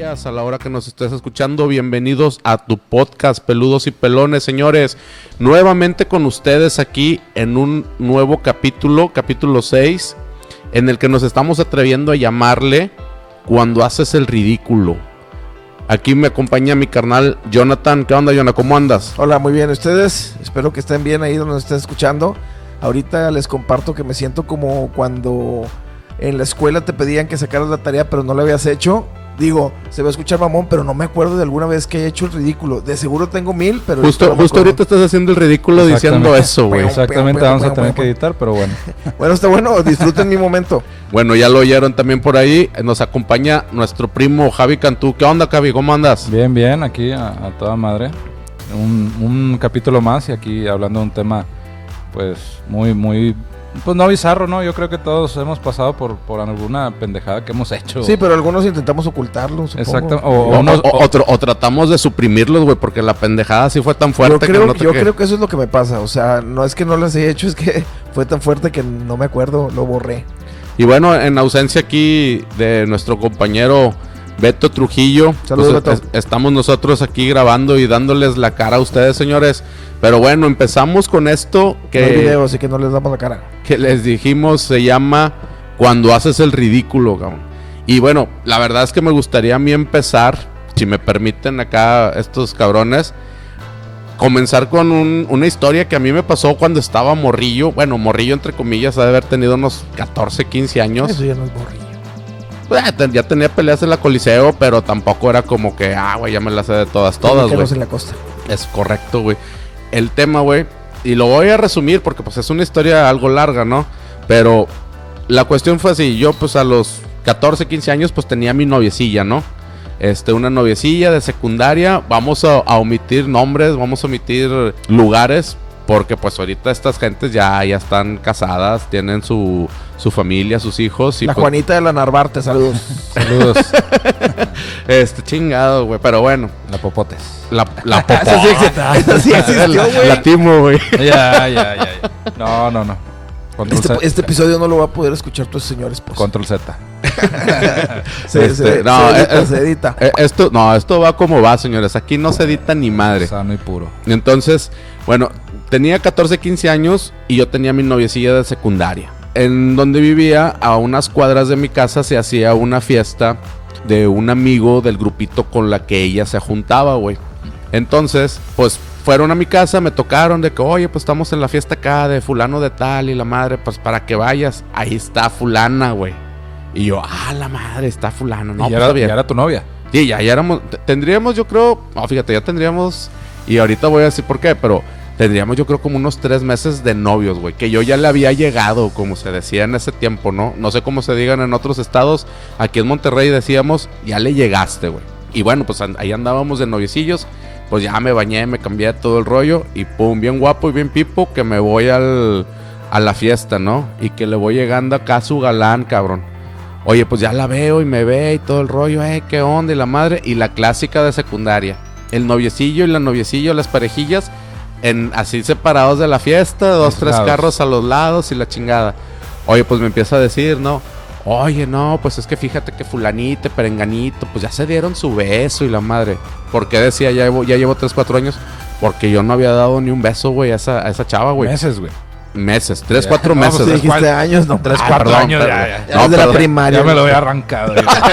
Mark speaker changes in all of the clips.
Speaker 1: días a la hora que nos estés escuchando. Bienvenidos a tu podcast Peludos y Pelones, señores. Nuevamente con ustedes aquí en un nuevo capítulo 6, en el que nos estamos atreviendo a llamarle Cuando haces el ridículo. Aquí me acompaña mi carnal Jonathan. ¿Qué onda, Jonathan? ¿Cómo andas?
Speaker 2: Hola, muy bien. ¿Ustedes? Espero que estén bien ahí donde nos estén escuchando. Ahorita les comparto que me siento como cuando en la escuela te pedían que sacaras la tarea pero no la habías hecho. Digo, se va a escuchar mamón, pero no me acuerdo de alguna vez que haya hecho el ridículo. De seguro tengo 1000, pero...
Speaker 1: Justo ahorita estás haciendo el ridículo diciendo eso, güey.
Speaker 3: Exactamente, vamos a tener que editar, pero bueno.
Speaker 2: Bueno, está bueno, disfruten mi momento.
Speaker 1: Bueno, ya lo oyeron también por ahí. Nos acompaña nuestro primo Javi Cantú. ¿Qué onda, Javi? ¿Cómo andas?
Speaker 3: Bien, aquí a toda madre. Un capítulo más y aquí hablando de un tema, pues, muy... Pues no bizarro, ¿no? Yo creo que todos hemos pasado por alguna pendejada que hemos hecho.
Speaker 2: Sí, pero algunos intentamos ocultarlo, supongo.
Speaker 3: Exacto.
Speaker 1: O tratamos de suprimirlos, güey, porque la pendejada sí fue tan fuerte
Speaker 2: yo creo que eso es lo que me pasa. O sea, no es que no las haya hecho, es que fue tan fuerte que no me acuerdo, lo borré.
Speaker 1: Y bueno, en ausencia aquí de nuestro compañero Beto Trujillo,
Speaker 2: saludos,
Speaker 1: pues,
Speaker 2: Beto.
Speaker 1: Estamos nosotros aquí grabando y dándoles la cara a ustedes, señores. Pero bueno, empezamos con esto que...
Speaker 2: No hay video, así que no les damos la cara.
Speaker 1: Que les dijimos se llama Cuando haces el ridículo, cabrón. Y bueno, la verdad es que me gustaría a mí empezar, si me permiten acá estos cabrones, comenzar con una historia que a mí me pasó cuando estaba morrillo. Bueno, morrillo entre comillas, ha de haber tenido unos 14, 15 años.
Speaker 2: Eso ya no es morrillo.
Speaker 1: Ya tenía peleas en la Coliseo, pero tampoco era como que, güey, ya me las sé de todas, güey.
Speaker 2: En la costa.
Speaker 1: Es correcto, güey. El tema, güey, y lo voy a resumir porque pues es una historia algo larga, ¿no? Pero la cuestión fue así, yo pues a los 14, 15 años pues tenía mi noviecilla, ¿no? Una noviecilla de secundaria. Vamos a omitir nombres, vamos a omitir lugares, porque pues ahorita estas gentes ya están casadas, tienen su familia, sus hijos. Y
Speaker 2: la
Speaker 1: pues,
Speaker 2: Juanita de la Narvarte, saludos.
Speaker 3: Saludos.
Speaker 1: Chingado, güey, pero bueno.
Speaker 3: La Popotes.
Speaker 1: La Popota.
Speaker 2: Esa sí existió, güey.
Speaker 1: La Timo, güey.
Speaker 3: Ya. No.
Speaker 2: Este episodio no lo va a poder escuchar tu señor esposo.
Speaker 3: Control Z.
Speaker 2: Se edita.
Speaker 1: Esto va como va, señores. Aquí no se edita ni madre.
Speaker 3: Sano y puro.
Speaker 1: Entonces, bueno, tenía 14, 15 años y yo tenía mi noviecilla de secundaria. En donde vivía, a unas cuadras de mi casa, se hacía una fiesta de un amigo del grupito con la que ella se juntaba, güey. Entonces, pues fueron a mi casa, me tocaron de que, oye, pues estamos en la fiesta acá de fulano de tal y la madre, pues para que vayas. Ahí está fulana, güey. Y yo, la madre, está fulana. No,
Speaker 3: pues
Speaker 1: ya
Speaker 3: era tu novia.
Speaker 1: Sí, ya éramos, tendríamos, yo creo, fíjate, ya tendríamos, y ahorita voy a decir por qué, pero tendríamos yo creo como unos 3 meses de novios, güey, que yo ya le había llegado, como se decía en ese tiempo, ¿no? No sé cómo se digan en otros estados. Aquí en Monterrey decíamos, ya le llegaste, güey. Y bueno, pues ahí andábamos de noviecillos. Pues ya me bañé, me cambié todo el rollo y pum, bien guapo y bien pipo, que me voy a la fiesta, ¿no? Y que le voy llegando acá a su galán, cabrón. Oye, pues ya la veo y me ve y todo el rollo, qué onda y la madre. Y la clásica de secundaria, el noviecillo y la noviecilla, las parejillas, así separados de la fiesta, 2, 3 carros a los lados y la chingada. Oye, pues me empieza a decir, ¿no? Oye, no, pues es que fíjate que fulanito, perenganito, pues ya se dieron su beso y la madre. ¿Por qué decía, ya llevo 3, 4 años? Porque yo no había dado ni un beso, güey, a esa chava, güey.
Speaker 3: Meses, güey.
Speaker 1: Meses, 3, 4 meses.
Speaker 2: Pues dijiste años, no.
Speaker 3: 3, 4 años, ya.
Speaker 2: No, de la primaria.
Speaker 3: Ya me lo había arrancado.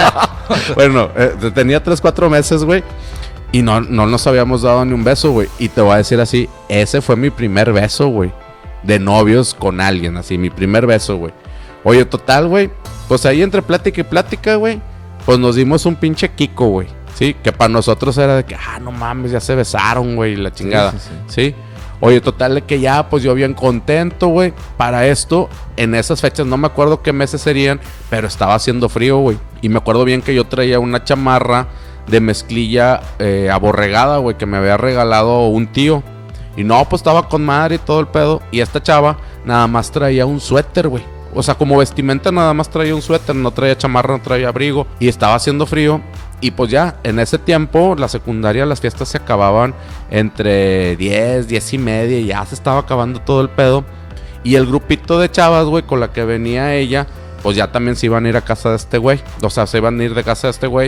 Speaker 1: Bueno, tenía 3, 4 meses, güey. Y no nos habíamos dado ni un beso, güey. Y te voy a decir así, ese fue mi primer beso, güey. De novios con alguien, así, mi primer beso, güey. Oye, total, güey. Pues ahí entre plática y plática, güey, pues nos dimos un pinche kiko, güey. Sí, que para nosotros era de que, no mames, ya se besaron, güey, la chingada. Sí. Oye, total de que ya, pues yo bien contento, güey. Para esto, en esas fechas, no me acuerdo qué meses serían, pero estaba haciendo frío, güey. Y me acuerdo bien que yo traía una chamarra de mezclilla aborregada, güey, que me había regalado un tío. Y no, pues estaba con madre y todo el pedo. Y esta chava nada más traía un suéter, güey. O sea, como vestimenta nada más traía un suéter, no traía chamarra, no traía abrigo. Y estaba haciendo frío. Y pues ya, en ese tiempo, la secundaria, las fiestas se acababan entre 10, 10 y media. Y ya se estaba acabando todo el pedo. Y el grupito de chavas, güey, con la que venía ella, pues ya también se iban a ir a casa de este güey. O sea, se iban a ir de casa de este güey.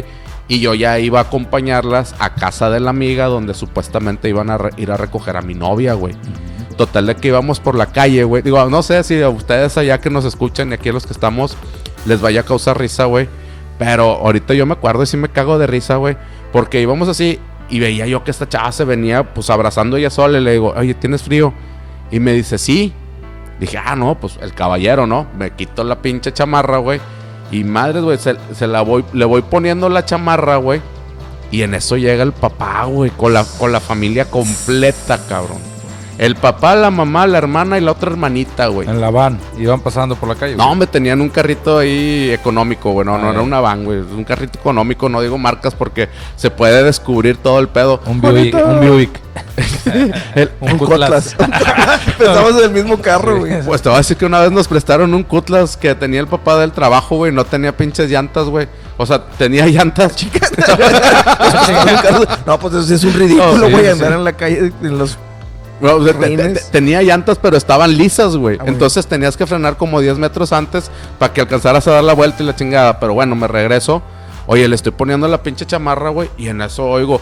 Speaker 1: Y yo ya iba a acompañarlas a casa de la amiga donde supuestamente iban a ir a recoger a mi novia, güey. Total de que íbamos por la calle, güey. Digo, no sé si a ustedes allá que nos escuchan y aquí a los que estamos les vaya a causar risa, güey. Pero ahorita yo me acuerdo y sí me cago de risa, güey. Porque íbamos así y veía yo que esta chava se venía pues abrazando ella sola. Y le digo, oye, ¿tienes frío? Y me dice, sí. Dije, no, pues el caballero, ¿no? Me quito la pinche chamarra, güey. Y madre, güey, le voy poniendo la chamarra, güey. Y en eso llega el papá, güey, con la familia completa, cabrón. El papá, la mamá, la hermana y la otra hermanita, güey.
Speaker 3: En la van, iban pasando por la calle.
Speaker 1: No, me tenían un carrito ahí económico, güey. No era una van, güey. Un carrito económico, no digo marcas porque se puede descubrir todo el pedo.
Speaker 3: Un Buick.
Speaker 2: Un Cutlass. Pensamos en el mismo carro, güey.
Speaker 1: Pues te voy a decir que una vez nos prestaron un Cutlass que tenía el papá del trabajo, güey. No tenía pinches llantas, güey. O sea, tenía llantas chicas.
Speaker 2: No, pues eso sí es un ridículo, güey. Andar en la calle en los...
Speaker 1: No, tenía llantas, pero estaban lisas, güey. Entonces tenías que frenar como 10 metros antes para que alcanzaras a dar la vuelta y la chingada. Pero bueno, me regreso. Oye, le estoy poniendo la pinche chamarra, güey. Y en eso oigo...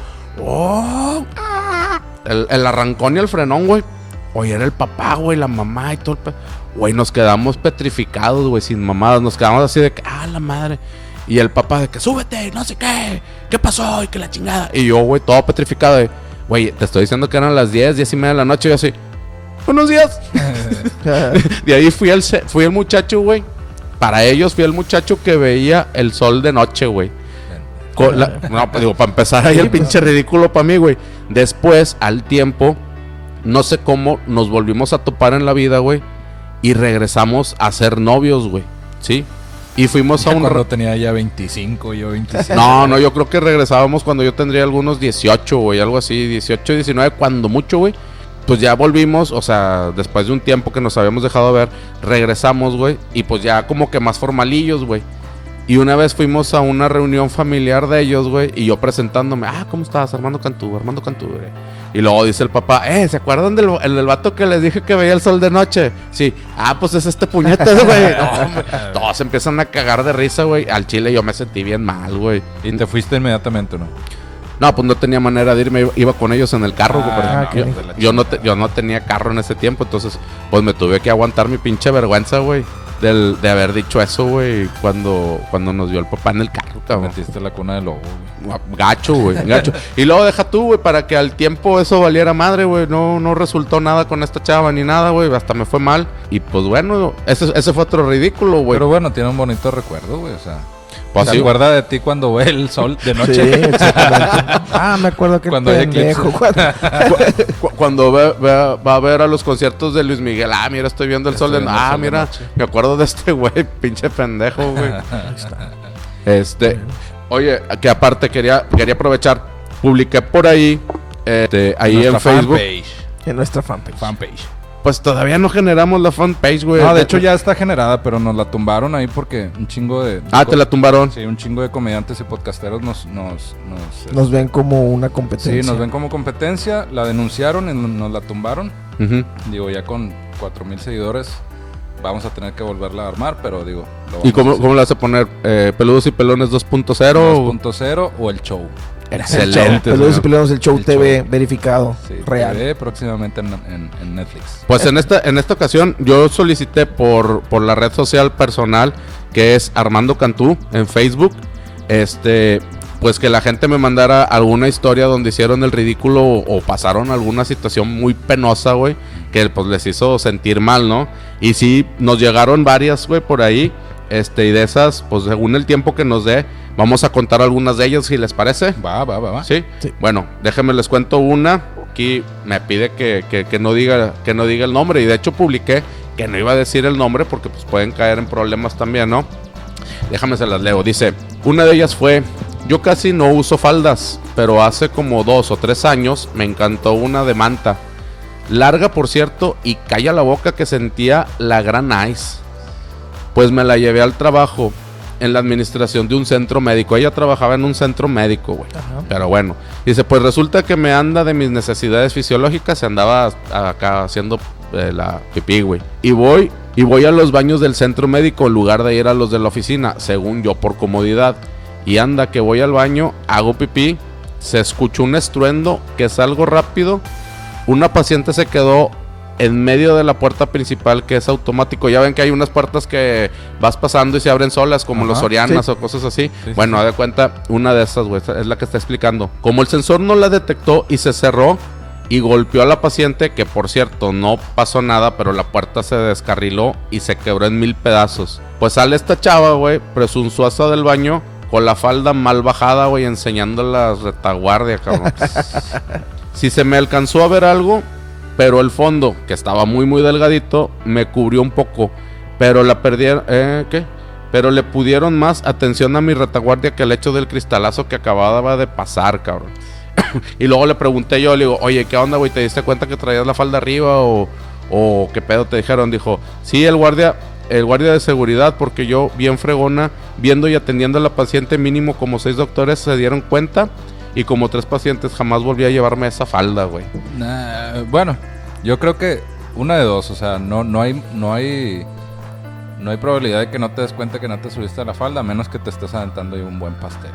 Speaker 1: El arrancón y el frenón, güey. Oye, era el papá, güey, la mamá y todo el... Güey, nos quedamos petrificados, güey, sin mamadas. Nos quedamos así de que... la madre... Y el papá de que súbete, no sé qué pasó y que la chingada. Y yo, güey, todo petrificado de... Güey, te estoy diciendo que eran las 10:30 de la noche. Y yo así, buenos días. De ahí fui el muchacho, güey. Para ellos fui el muchacho que veía el sol de noche, güey. No, pues digo, para empezar ahí el pinche ridículo para mí, güey. Después, al tiempo, no sé cómo, nos volvimos a topar en la vida, güey. Y regresamos a ser novios, güey. ¿Sí? Y fuimos a un...
Speaker 3: Cuando tenía ya 25, yo 26.
Speaker 1: No, yo creo que regresábamos cuando yo tendría algunos 18, güey, algo así, 18, 19, cuando mucho, güey. Pues ya volvimos, o sea, después de un tiempo que nos habíamos dejado ver, regresamos, güey, y pues ya como que más formalillos, güey. Y una vez fuimos a una reunión familiar de ellos, güey, y yo presentándome, ¿cómo estás? Armando Cantú, güey. Y luego dice el papá, ¿se acuerdan del vato que les dije que veía el sol de noche? Sí, pues es este puñete, güey. No, todos empiezan a cagar de risa, güey. Al chile yo me sentí bien mal, güey.
Speaker 3: ¿Y te fuiste inmediatamente, no?
Speaker 1: No, pues no tenía manera de irme, iba con ellos en el carro, güey. Yo no tenía carro en ese tiempo, entonces pues me tuve que aguantar mi pinche vergüenza, güey. De haber dicho eso, güey, cuando nos vio el papá en el carro, cabrón.
Speaker 3: Metiste la cuna de lobo,
Speaker 1: güey. Gacho, güey, gacho. Y luego deja tú, güey, para que al tiempo eso valiera madre, güey. No resultó nada con esta chava ni nada, güey. Hasta me fue mal. Y pues bueno, ese fue otro ridículo, güey.
Speaker 3: Pero bueno, tiene un bonito recuerdo, güey, o sea...
Speaker 1: Pues
Speaker 3: ¿Se acuerda de ti cuando ve el sol de noche?
Speaker 2: Sí, exactamente. Me acuerdo que
Speaker 3: cuando
Speaker 2: pendejo.
Speaker 1: Cuando va a ver a los conciertos de Luis Miguel. Mira, estoy viendo el sol de noche. Mira, me acuerdo de este güey, pinche pendejo, güey. Oye, que aparte quería aprovechar. Publiqué por ahí, ahí en Facebook.
Speaker 2: En nuestra fanpage.
Speaker 1: Pues todavía no generamos la fanpage, güey.
Speaker 3: No, de hecho ya está generada, pero nos la tumbaron ahí porque un chingo de...
Speaker 1: ¿te la tumbaron?
Speaker 3: Sí, un chingo de comediantes y podcasteros
Speaker 2: nos ven como una competencia.
Speaker 3: Sí, nos ven como competencia. La denunciaron y nos la tumbaron. Digo, ya con 4,000 seguidores vamos a tener que volverla a armar, pero digo...
Speaker 1: ¿Y cómo la vas a poner? ¿Peludos y Pelones 2.0?
Speaker 3: 2.0 o el show.
Speaker 1: Excelente.
Speaker 2: Peludos y Pelones, el show TV show. Verificado,
Speaker 3: sí,
Speaker 2: real.
Speaker 3: TV próximamente en Netflix.
Speaker 1: Pues en esta ocasión yo solicité por la red social personal que es Armando Cantú en Facebook, pues que la gente me mandara alguna historia donde hicieron el ridículo o pasaron alguna situación muy penosa, güey, que pues les hizo sentir mal, ¿no? Y sí, nos llegaron varias, güey, por ahí. Y de esas, pues según el tiempo que nos dé, vamos a contar algunas de ellas, si les parece.
Speaker 3: Va.
Speaker 1: ¿Sí? Bueno, déjenme les cuento una. Aquí me pide que no diga el nombre. Y de hecho publiqué que no iba a decir el nombre porque pues pueden caer en problemas también, ¿no? Déjame se las leo. Dice, una de ellas fue: yo casi no uso faldas, pero hace como 2 o 3 años me encantó una de manta. Larga, por cierto, y calla la boca que sentía la gran ice. Pues me la llevé al trabajo en la administración de un centro médico. Ella trabajaba en un centro médico, güey. Pero bueno, dice, pues resulta que me anda de mis necesidades fisiológicas. Se andaba acá haciendo la pipí, güey. Y voy a los baños del centro médico en lugar de ir a los de la oficina, según yo, por comodidad. Y anda, que voy al baño, hago pipí, se escuchó un estruendo, que salgo rápido. Una paciente se quedó en medio de la puerta principal, que es automático. Ya ven que hay unas puertas que vas pasando y se abren solas, como los Sorianas o cosas así. Bueno, haz de cuenta, una de esas, güey, es la que está explicando. Como el sensor no la detectó y se cerró y golpeó a la paciente, que por cierto no pasó nada, pero la puerta se descarriló y se quebró en 1000 pedazos. Pues sale esta chava, güey, presuntuosa del baño, con la falda mal bajada, güey, enseñando la retaguardia, cabrón. Si se me alcanzó a ver algo, pero el fondo, que estaba muy muy delgadito, me cubrió un poco. Pero la perdieron, ¿qué? Pero le pudieron más atención a mi retaguardia que el hecho del cristalazo que acababa de pasar, cabrón. Y luego le pregunté yo, le digo, oye, ¿qué onda, güey? ¿Te diste cuenta que traías la falda arriba o qué pedo te dijeron? Dijo, sí, el guardia de seguridad, porque yo bien fregona, viendo y atendiendo a la paciente, mínimo como 6 doctores se dieron cuenta. Y como 3 pacientes, jamás volví a llevarme esa falda, güey.
Speaker 3: Bueno, yo creo que una de dos, o sea, no hay probabilidad de que no te des cuenta que no te subiste a la falda, a menos que te estés aventando ahí un buen pastel.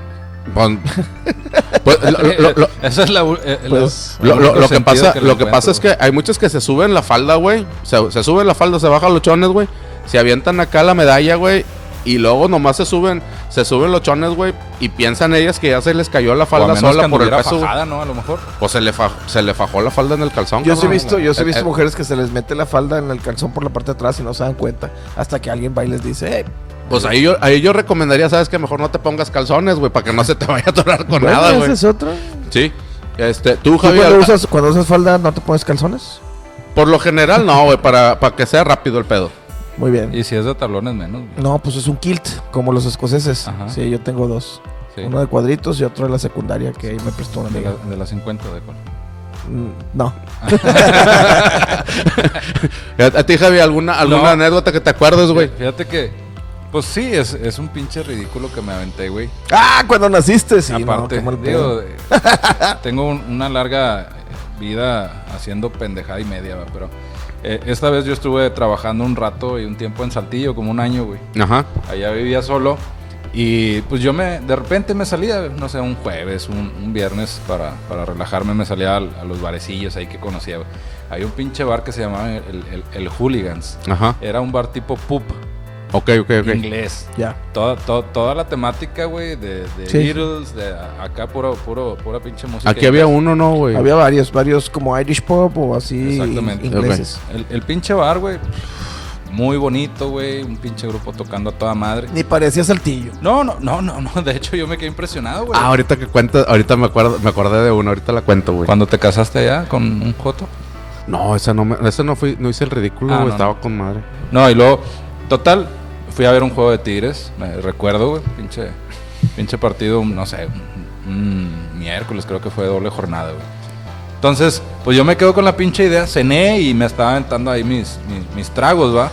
Speaker 3: Eso es
Speaker 1: lo que pasa es que hay muchos que se suben la falda, güey. Se suben la falda, se bajan los chones, güey. Se avientan acá la medalla, güey. Y luego nomás se suben los chones, güey, y piensan ellas que ya se les cayó la falda sola por el peso,
Speaker 3: fajada, ¿no? A lo mejor.
Speaker 1: Pues se le fajó la falda en el calzón.
Speaker 2: Yo sí he visto mujeres que se les mete la falda en el calzón por la parte de atrás y no se dan cuenta hasta que alguien va y les dice,
Speaker 1: pues ahí yo recomendaría, ¿sabes? Que mejor no te pongas calzones, güey, para que no se te vaya a atorar con nada, güey.
Speaker 2: ¿Esa es otra?
Speaker 1: Sí. Tú, Javier,
Speaker 2: cuando usas falda, ¿no te pones calzones?
Speaker 1: Por lo general, no, güey, para que sea rápido el pedo.
Speaker 2: Muy bien.
Speaker 3: Y si es de tablones, menos.
Speaker 2: No, pues es un kilt, como los escoceses. Ajá. Sí, yo tengo 2. Sí. Uno de cuadritos y otro de la secundaria, que ahí me prestó una amiga.
Speaker 3: ¿De la 50 de cuál?
Speaker 2: No.
Speaker 1: ¿A ti, Javi, alguna anécdota que te acuerdes, güey?
Speaker 3: Fíjate que, pues sí, es un pinche ridículo que me aventé, güey.
Speaker 2: ¡Ah! Cuando naciste, sí.
Speaker 3: Aparte, tengo una larga vida haciendo pendejada y media, pero... esta vez yo estuve trabajando un rato y un tiempo en Saltillo, como un año, güey. Ajá. Allá vivía solo. Y pues yo de repente me salía, no sé, un jueves, un viernes para relajarme, me salía a los barecillos ahí que conocía, güey. Hay un pinche bar que se llamaba el Hooligans. Ajá. Era un bar tipo pub.
Speaker 1: Ok.
Speaker 3: Inglés.
Speaker 2: Ya.
Speaker 3: Toda la temática, güey, de Beatles, de acá pura pinche música.
Speaker 1: Aquí había uno, ¿no, güey?
Speaker 2: Había varios como Irish pop o así.
Speaker 3: Exactamente.
Speaker 2: Ingleses.
Speaker 3: Okay. El pinche bar, güey, muy bonito, güey, un pinche grupo tocando a toda madre.
Speaker 2: Ni parecía Saltillo.
Speaker 3: No, de hecho yo me quedé impresionado, güey.
Speaker 1: Ahorita que cuentas, ahorita me acordé de uno, ahorita la cuento, güey.
Speaker 3: ¿Cuándo te casaste allá con un joto?
Speaker 1: No, no hice el ridículo, güey, estaba con madre.
Speaker 3: No, y luego, total, fui a ver un juego de Tigres, me recuerdo, güey, pinche partido, no sé, un miércoles creo que fue doble jornada, güey. Entonces, pues yo me quedo con la pinche idea, cené y me estaba aventando ahí mis tragos, ¿va?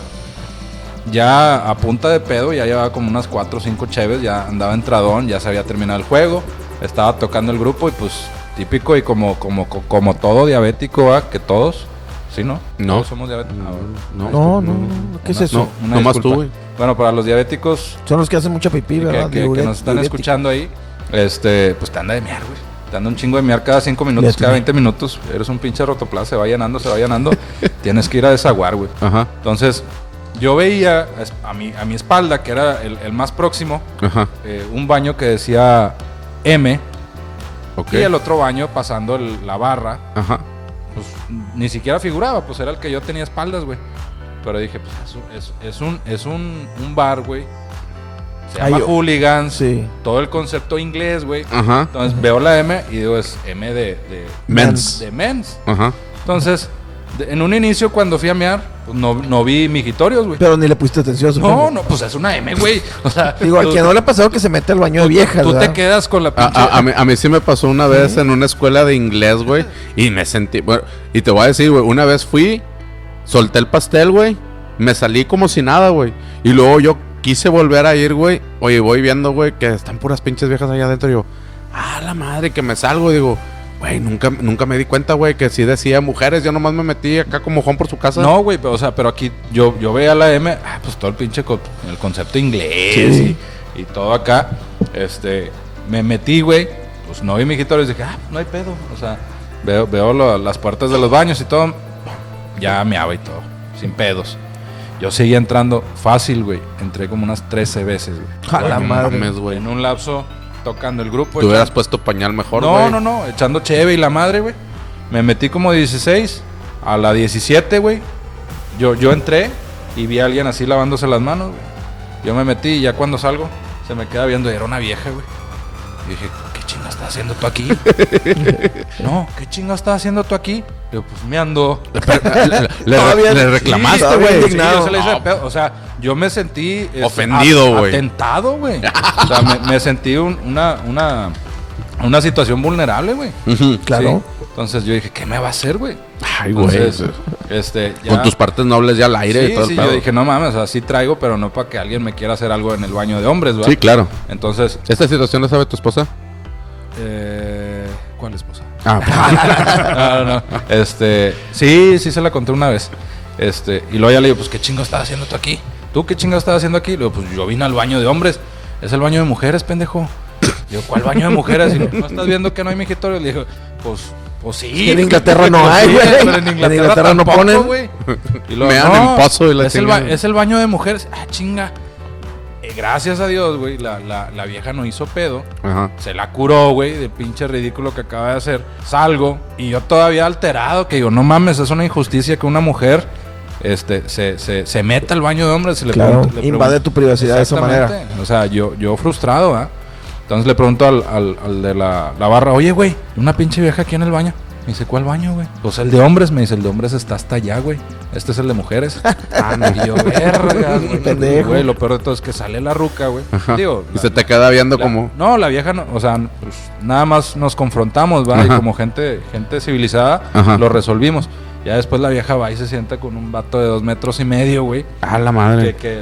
Speaker 3: Ya a punta de pedo, ya llevaba como unas 4 o 5 cheves, ya andaba entradón, ya se había terminado el juego, estaba tocando el grupo y pues típico y como todo diabético, ¿va? Que todos, ¿sí, no?
Speaker 1: No.
Speaker 3: Todos somos diabéticos.
Speaker 2: No, ¿qué es eso?
Speaker 3: No más tú, güey. Bueno, para los diabéticos...
Speaker 2: Son los que hacen mucha pipí, ¿verdad?
Speaker 3: Que nos están escuchando ahí, pues te anda de miar, güey. Te anda un chingo de miar cada 5 minutos, cada 20 minutos. Eres un pinche rotoplas, se va llenando. Tienes que ir a desaguar, güey. Ajá. Entonces, yo veía a mi espalda, que era el más próximo, un baño que decía M. Okay. Y el otro baño pasando la barra. Ajá. Pues ni siquiera figuraba, pues era el que yo tenía espaldas, güey. Pero dije, pues es un bar, güey. Se llama Hooligans, sí. Todo el concepto inglés, güey. Ajá. Entonces veo la M y digo, es M de
Speaker 1: Men's.
Speaker 3: De Men's. Ajá. Entonces, en un inicio cuando fui a mear, pues no vi mijitorios, güey.
Speaker 2: Pero ni le pusiste atención.
Speaker 3: No, pues es una M, güey. O sea,
Speaker 2: digo, a quien no le ha pasado que se mete al baño de viejas,
Speaker 3: tú te quedas con la pinche...
Speaker 1: A mí sí me pasó una vez en una escuela de inglés, güey. Y me sentí... Bueno, y te voy a decir, güey, una vez fui, solté el pastel, güey. Me salí como si nada, güey. Y luego yo quise volver a ir, güey. Oye, voy viendo, güey, que están puras pinches viejas allá adentro. Y yo, la madre, que me salgo. Y digo, güey, nunca me di cuenta, güey, que sí decía mujeres. Yo nomás me metí acá como Juan por su casa.
Speaker 3: No, güey, pero aquí yo veía la M, pues todo el pinche el concepto inglés, sí. y todo acá. Me metí, güey. Pues no vi mijitorios. Dije, no hay pedo. O sea, veo las puertas de los baños y todo. Ya meaba y todo. Sin pedos. Yo seguía entrando fácil, güey. Entré como unas 13 veces, güey.
Speaker 2: A la madre.
Speaker 1: güey.
Speaker 3: En un lapso, tocando el grupo.
Speaker 1: Tú hubieras puesto pañal mejor,
Speaker 3: No,
Speaker 1: güey.
Speaker 3: no. Echando cheve y la madre, güey. Me metí como 16. A la 17, güey. Yo entré y vi a alguien así lavándose las manos, güey. Yo me metí y ya cuando salgo, se me queda viendo y era una vieja, güey. Y dije, ¿qué chinga estás haciendo tú aquí? No, ¿qué chinga estás haciendo tú aquí? Digo, pues me ando.
Speaker 1: Le reclamaste,
Speaker 2: Sí,
Speaker 1: güey.
Speaker 2: todavía
Speaker 3: Sí, yo se le hice de pedo. O sea, yo me sentí
Speaker 1: Ofendido, güey.
Speaker 3: Atentado, güey. O sea, me sentí una situación vulnerable, güey.
Speaker 1: Ujú.
Speaker 2: Claro.
Speaker 3: Sí. Entonces yo dije, ¿qué me va a hacer, güey?
Speaker 1: Ay, güey.
Speaker 3: Entonces, ya-
Speaker 1: Con tus partes nobles ya al aire y todo el
Speaker 3: sí,
Speaker 1: pedo.
Speaker 3: yo dije, no mames, o sea, sí traigo, pero no para que alguien me quiera hacer algo en el baño de hombres, ¿verdad?
Speaker 1: Sí, claro.
Speaker 3: Entonces,
Speaker 1: ¿Esta situación la sabe tu esposa?
Speaker 3: ¿cuál esposa?
Speaker 1: Ah,
Speaker 3: No. Sí se la conté una vez. Y luego ya le digo, pues, ¿qué chingo estás haciendo tú aquí? ¿Tú qué chingo estás haciendo aquí? Le digo, pues, yo vine al baño de hombres. Es el baño de mujeres, pendejo. Digo, ¿cuál baño de mujeres? Y no estás viendo que no hay mijitorios. Le digo, pues sí.
Speaker 2: En Inglaterra no hay,
Speaker 3: Sí,
Speaker 2: güey.
Speaker 3: pero en Inglaterra,
Speaker 2: En Inglaterra no
Speaker 3: tampoco,
Speaker 2: ponen.
Speaker 3: güey. Y luego,
Speaker 1: Me dan en pozo y la
Speaker 3: es el,
Speaker 1: chingada.
Speaker 3: es el baño de mujeres. Ah, chinga. Gracias a Dios, güey, la vieja no hizo pedo.
Speaker 1: Ajá.
Speaker 3: Se la curó, güey, del pinche ridículo que acaba de hacer. Salgo y yo todavía alterado, que digo, no mames, es una injusticia que una mujer se meta al baño de hombres. Y le
Speaker 2: Claro,
Speaker 3: pregunto-
Speaker 2: invade tu privacidad de esa manera.
Speaker 3: Exactamente. O sea, yo frustrado, ¿ah? Entonces le pregunto al de la barra, oye, güey, una pinche vieja aquí en el baño. Me dice, ¿cuál baño, güey? Pues el de hombres. Me dice, el de hombres está hasta allá, güey. Este es el de mujeres. Y yo, verga, güey.
Speaker 2: Pendejo.
Speaker 3: Güey, lo peor de todo es que sale la ruca, güey.
Speaker 1: Ajá.
Speaker 3: Digo,
Speaker 1: Y se te queda viendo como...
Speaker 3: No, la vieja no, o sea, pues, nada más nos confrontamos, ¿va? Y
Speaker 1: Ajá.
Speaker 3: como gente civilizada,
Speaker 1: Ajá.
Speaker 3: lo resolvimos. Ya después la vieja va y se sienta con un vato de 2,5 metros, güey.
Speaker 1: Ah, la madre.
Speaker 3: Que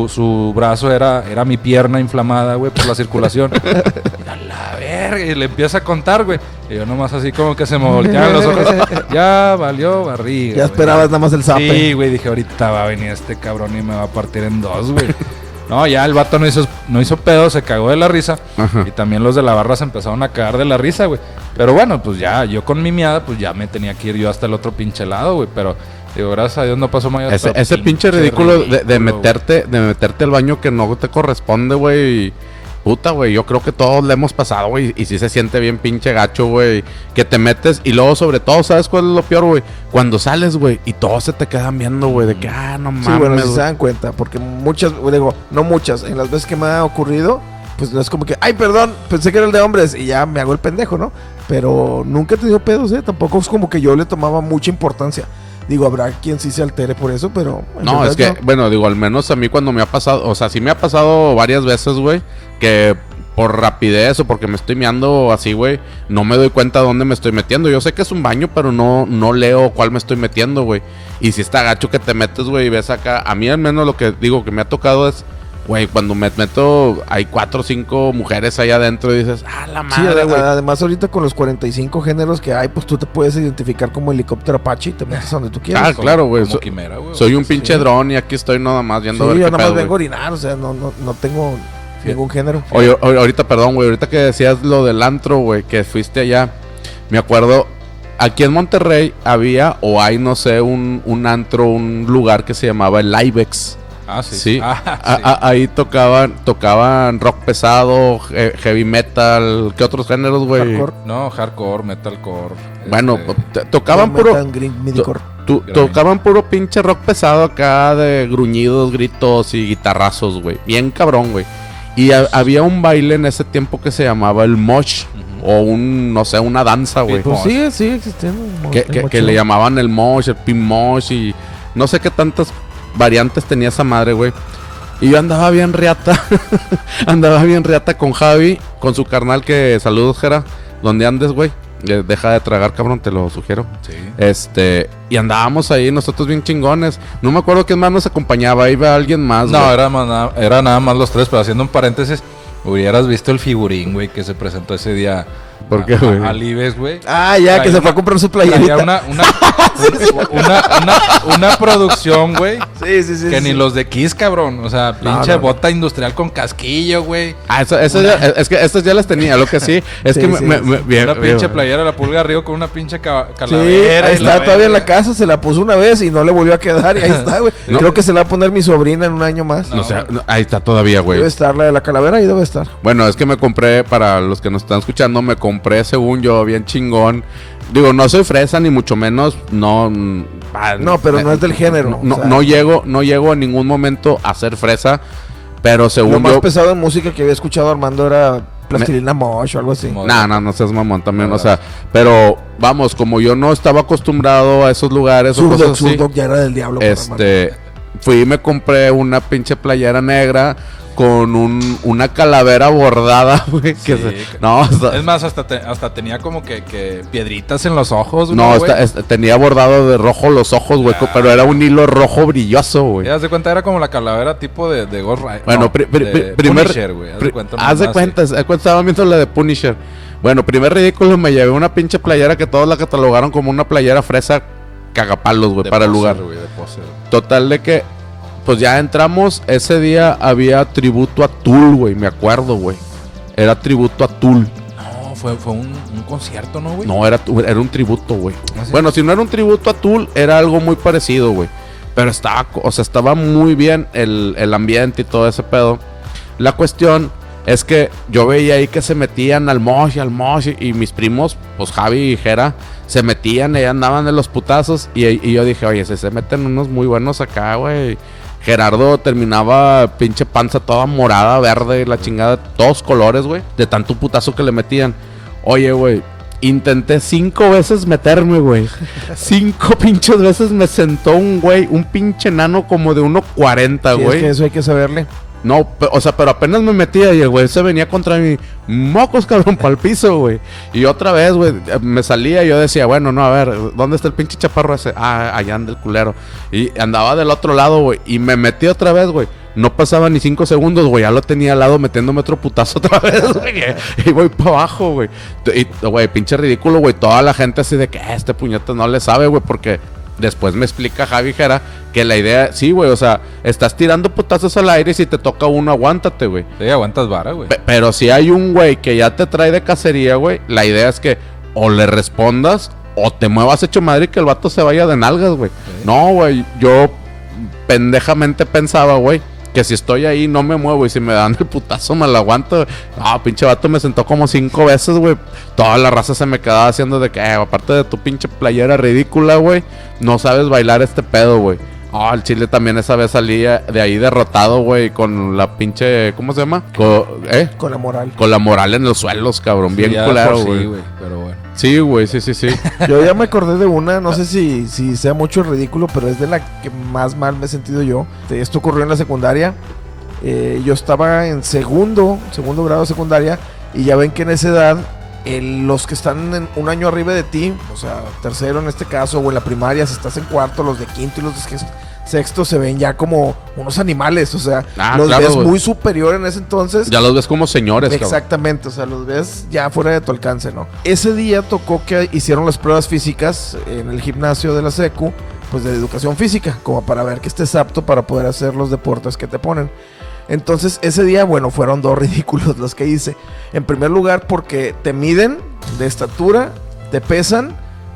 Speaker 3: su brazo era mi pierna inflamada, güey, por la circulación. Y a la verga, y le empieza a contar, güey. Y yo nomás así como que se me volteaban los ojos. Ya valió barriga.
Speaker 2: Ya
Speaker 3: güey.
Speaker 2: esperabas nada más el zape.
Speaker 3: Sí, güey, dije, ahorita va a venir este cabrón y me va a partir en dos, güey. No, ya el vato no hizo pedo, se cagó de la risa.
Speaker 1: Ajá.
Speaker 3: Y también los de la barra se empezaron a cagar de la risa, güey. Pero bueno, pues ya, yo con mi miada, pues ya me tenía que ir yo hasta el otro pinche lado, güey. Pero, digo, gracias a Dios no pasó mayor.
Speaker 1: Ese pinche ridículo de meterte al baño que no te corresponde, güey. y Puta, güey, yo creo que todos le hemos pasado, güey. Y sí se siente bien pinche gacho, güey. Que te metes y luego, sobre todo, ¿sabes cuál es lo peor, güey? Cuando sales, güey, y todos se te quedan viendo, güey. De que, no mames.
Speaker 2: Sí, bueno, si
Speaker 1: güey.
Speaker 2: se dan cuenta, porque muchas, digo, no muchas, en las veces que me ha ocurrido, pues no es como que, ay, perdón, pensé que era el de hombres y ya me hago el pendejo, ¿no? Pero nunca he tenido pedos, tampoco es como que yo le tomaba mucha importancia. Digo, habrá quien sí se altere por eso, pero... en
Speaker 1: No,
Speaker 2: verdad
Speaker 1: es que,
Speaker 2: yo-
Speaker 1: bueno, digo, al menos a mí cuando me ha pasado, o sea, sí me ha pasado varias veces, güey, que por rapidez o porque me estoy meando así, güey, no me doy cuenta dónde me estoy metiendo. Yo sé que es un baño, pero no leo cuál me estoy metiendo, güey. Y si está gacho que te metes, güey, y ves acá, a mí al menos lo que digo que me ha tocado es, güey, cuando me meto, hay 4 o 5 mujeres ahí adentro y dices, la
Speaker 2: Sí,
Speaker 1: madre, güey.
Speaker 2: además ahorita con los 45 géneros que hay, pues tú te puedes identificar como helicóptero Apache y te metes a donde tú quieras.
Speaker 1: Ah, claro, güey.
Speaker 3: Como quimera, güey.
Speaker 1: Soy un
Speaker 3: Sí.
Speaker 1: pinche dron y aquí estoy nada más viendo
Speaker 2: Sí,
Speaker 1: a ver
Speaker 2: yo
Speaker 1: qué
Speaker 2: nada más
Speaker 1: pedo,
Speaker 2: vengo a
Speaker 1: güey.
Speaker 2: orinar, o sea, no tengo ningún género.
Speaker 1: Oye, ahorita, perdón, güey, ahorita que decías lo del antro, güey, que fuiste allá, me acuerdo, aquí en Monterrey había, o hay, no sé, un antro, un lugar que se llamaba el Livex.
Speaker 3: Ah, sí.
Speaker 1: Sí.
Speaker 3: Ah, sí.
Speaker 1: Ahí tocaban rock pesado, heavy metal, ¿qué otros géneros, güey?
Speaker 2: Hardcore.
Speaker 3: No, hardcore, metalcore.
Speaker 1: Bueno, tocaban
Speaker 2: Metal,
Speaker 1: puro...
Speaker 2: green, midcore.
Speaker 1: Tocaban puro pinche rock pesado acá de gruñidos, gritos y guitarrazos, güey. Bien cabrón, güey. Y había un baile en ese tiempo que se llamaba el mosh. O no sé, una danza, güey.
Speaker 2: Pues sigue existiendo.
Speaker 1: Que le llamaban el mosh, el pin mosh y no sé qué tantas variantes tenía esa madre, güey. Y yo andaba bien riata. Andaba bien riata con Javi, con su carnal que... Saludos, Jera. ¿Dónde andes, güey? Deja de tragar, cabrón, te lo sugiero.
Speaker 3: Sí.
Speaker 1: Y andábamos ahí nosotros bien chingones. No me acuerdo quién más nos acompañaba. Iba alguien más,
Speaker 3: No,
Speaker 1: güey.
Speaker 3: era nada más los tres, pero haciendo un paréntesis, hubieras visto el figurín, güey, que se presentó ese día
Speaker 1: ¿Por qué, güey?
Speaker 3: Al Ives, güey.
Speaker 2: Ah, ya, que se fue a comprar su playerita.
Speaker 3: Una producción, güey.
Speaker 2: Sí.
Speaker 3: Que ni los de Kiss, cabrón. O sea, pinche bota industrial con casquillo, güey.
Speaker 1: Ah, eso ya, es que estas ya las tenía. Lo que sí es que
Speaker 3: una pinche playera la Pulga Río con una pinche
Speaker 2: Sí,
Speaker 3: calavera.
Speaker 2: ahí
Speaker 3: y
Speaker 2: está
Speaker 3: la
Speaker 2: todavía en la
Speaker 3: verga.
Speaker 2: casa, se la puso una vez y no le volvió a quedar y ahí está, güey.
Speaker 1: No.
Speaker 2: Creo que se la va a poner mi sobrina en un año más.
Speaker 1: No, o sea, ahí está todavía, güey.
Speaker 2: Debe estar la de la calavera, ahí debe estar.
Speaker 1: Bueno, es que me compré, para los que nos están escuchando, me compré, según yo, bien chingón. Digo, no soy fresa, ni mucho menos, no,
Speaker 2: pero no es del género.
Speaker 1: No,
Speaker 2: o sea,
Speaker 1: no llego en ningún momento a ser fresa, pero
Speaker 2: lo
Speaker 1: según
Speaker 2: más
Speaker 1: yo...
Speaker 2: pesado en música que había escuchado Armando era Plastilina Mosh o algo así.
Speaker 1: No seas mamón también, o sea, pero vamos, como yo no estaba acostumbrado a esos lugares o cosas así,
Speaker 2: Zurdok ya era del diablo.
Speaker 1: fui y me compré una pinche playera negra con una calavera bordada, güey.
Speaker 3: Sí,
Speaker 1: no,
Speaker 3: es más, hasta tenía como que piedritas en los ojos,
Speaker 1: no,
Speaker 3: güey.
Speaker 1: tenía bordado de rojo los ojos, güey, pero era un hilo rojo brilloso, güey.
Speaker 3: Haz de cuenta, era como la calavera tipo de Ghost Rider.
Speaker 1: Bueno,
Speaker 3: no,
Speaker 1: primer...
Speaker 3: Punisher, güey.
Speaker 1: Haz de cuenta, estaba viendo la de Punisher. Bueno, primer ridículo, me llevé una pinche playera que todos la catalogaron como una playera fresa cagapalos, güey, para el lugar.
Speaker 3: Wey, de poser.
Speaker 1: Total de que, pues ya entramos, ese día había tributo a Tool, güey, me acuerdo, güey. Era tributo a Tool.
Speaker 3: No, fue un concierto, ¿no, güey?
Speaker 1: No, era un tributo, güey.
Speaker 3: ¿Ah, sí?
Speaker 1: Bueno, si no era un tributo a Tool, era algo muy parecido, güey. Pero estaba muy bien el ambiente y todo ese pedo. La cuestión es que yo veía ahí que se metían al mosh y mis primos, pues Javi y Jera, se metían y andaban de los putazos y yo dije, oye, se meten unos muy buenos acá, güey. Gerardo terminaba pinche panza toda morada, verde, la chingada, todos colores, güey, de tanto putazo que le metían. Oye, güey, intenté 5 veces meterme, güey. 5 pinches veces me sentó un güey, un pinche nano como de 1.40,
Speaker 2: Sí,
Speaker 1: güey.
Speaker 2: es que eso hay que saberle.
Speaker 1: No, o sea, pero apenas me metía y el güey se venía contra mí, mocos, cabrón, pa'l piso, güey. Y otra vez, güey, me salía y yo decía, bueno, no, a ver, ¿dónde está el pinche chaparro ese? Ah, allá anda el culero. Y andaba del otro lado, güey, y me metí otra vez, güey. No pasaba ni 5 segundos, güey, ya lo tenía al lado metiéndome otro putazo otra vez, güey. Y voy para abajo, güey. Y, güey, pinche ridículo, güey. Toda la gente así de que este puñete no le sabe, güey, porque... Después me explica Javi Jera que la idea, sí, güey, o sea, estás tirando putazos al aire y si te toca uno, aguántate, güey.
Speaker 3: Sí, aguantas vara, güey.
Speaker 1: Pero si hay un güey que ya te trae de cacería, güey, la idea es que o le respondas o te muevas hecho madre y que el vato se vaya de nalgas, güey. Sí. No, güey, yo pendejamente pensaba, güey, que si estoy ahí no me muevo y si me dan el putazo me lo aguanto. No, pinche vato me sentó como 5 veces, güey. Toda la raza se me quedaba haciendo de que, aparte de tu pinche playera ridícula, güey, no sabes bailar este pedo, güey. El Chile también esa vez salía de ahí derrotado, güey, con la pinche, ¿cómo se llama?
Speaker 2: Con la moral.
Speaker 1: Con la moral en los suelos, cabrón,
Speaker 3: Sí,
Speaker 1: bien culero, güey.
Speaker 3: Sí, güey, pero bueno.
Speaker 1: Sí, güey, sí.
Speaker 2: Yo ya me acordé de una, no sé si sea mucho ridículo, pero es de la que más mal me he sentido yo. Esto ocurrió en la secundaria. Yo estaba en segundo grado de secundaria y ya ven que en esa edad los que están en un año arriba de ti, o sea, tercero en este caso, o en la primaria, si estás en cuarto, los de quinto y los de sexto se ven ya como unos animales, o sea, los
Speaker 1: claro,
Speaker 2: ves
Speaker 1: güey.
Speaker 2: muy superior en ese entonces.
Speaker 1: Ya los ves como señores,
Speaker 2: Exactamente, o sea, los ves ya fuera de tu alcance, ¿no? Ese día tocó que hicieron las pruebas físicas en el gimnasio de la secu, pues de educación física, como para ver que estés apto para poder hacer los deportes que te ponen. Entonces, ese día, bueno, fueron 2 ridículos los que hice. En primer lugar, porque te miden de estatura, te pesan,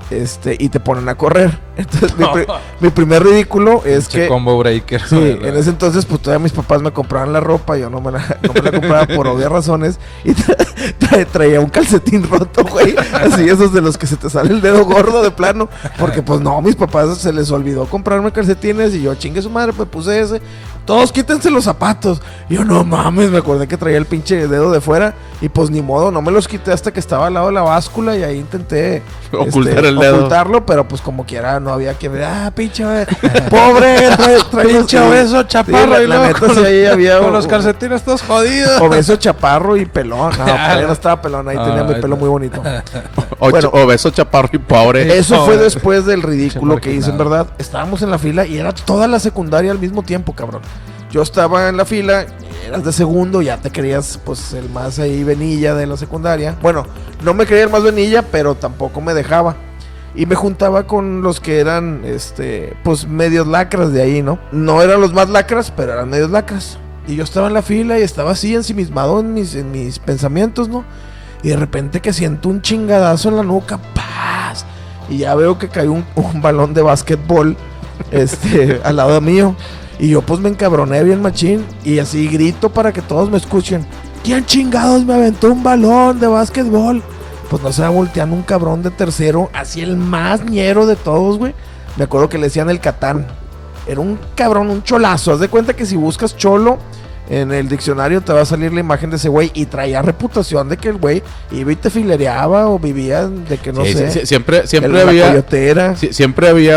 Speaker 2: y te ponen a correr. Entonces, mi primer ridículo es que...
Speaker 3: combo breaker.
Speaker 2: Sí, en ese entonces, pues todavía mis papás me compraban la ropa, yo no me la compraba por obvias razones. Y traía un calcetín roto, güey. Así, esos de los que se te sale el dedo gordo de plano. Porque, pues no, mis papás se les olvidó comprarme calcetines y yo, chingue su madre, pues puse ese. Todos quítense los zapatos. Y yo, no mames, me acordé que traía el pinche dedo de fuera. Y pues ni modo, no me los quité hasta que estaba al lado de la báscula. Y ahí intenté ocultarlo, pero pues como quiera no había que ver. Pinche pobre,
Speaker 3: pinche obeso chaparro.
Speaker 2: Sí, la neta, sí, ahí había
Speaker 3: con los calcetines todos jodidos.
Speaker 2: Obeso chaparro y pelón. No, no estaba pelón, ahí tenía mi pelo muy bonito.
Speaker 1: Bueno, obeso chaparro y pobre.
Speaker 2: Eso fue después del ridículo que hice, en verdad. Estábamos en la fila y era toda la secundaria al mismo tiempo, cabrón. Yo estaba en la fila, eras de segundo, ya te creías pues el más ahí venilla de la secundaria. Bueno, no me creía el más venilla, pero tampoco me dejaba. Y me juntaba con los que eran, pues medios lacras de ahí, ¿no? No eran los más lacras, pero eran medios lacras. Y yo estaba en la fila y estaba así ensimismado en mis pensamientos, ¿no? Y de repente que siento un chingadazo en la nuca, ¡paz! Y ya veo que cae un balón de básquetbol, al lado mío. Y yo pues me encabroné bien machín y así grito para que todos me escuchen. ¿Quién chingados me aventó un balón de básquetbol? Pues no se va volteando un cabrón de tercero, así el más ñero de todos, güey. Me acuerdo que le decían el Catán. Era un cabrón, un cholazo. Haz de cuenta que si buscas cholo en el diccionario te va a salir la imagen de ese güey. Y traía reputación de que el güey iba y te filereaba o vivía de que no sé.
Speaker 1: Siempre había. Siempre había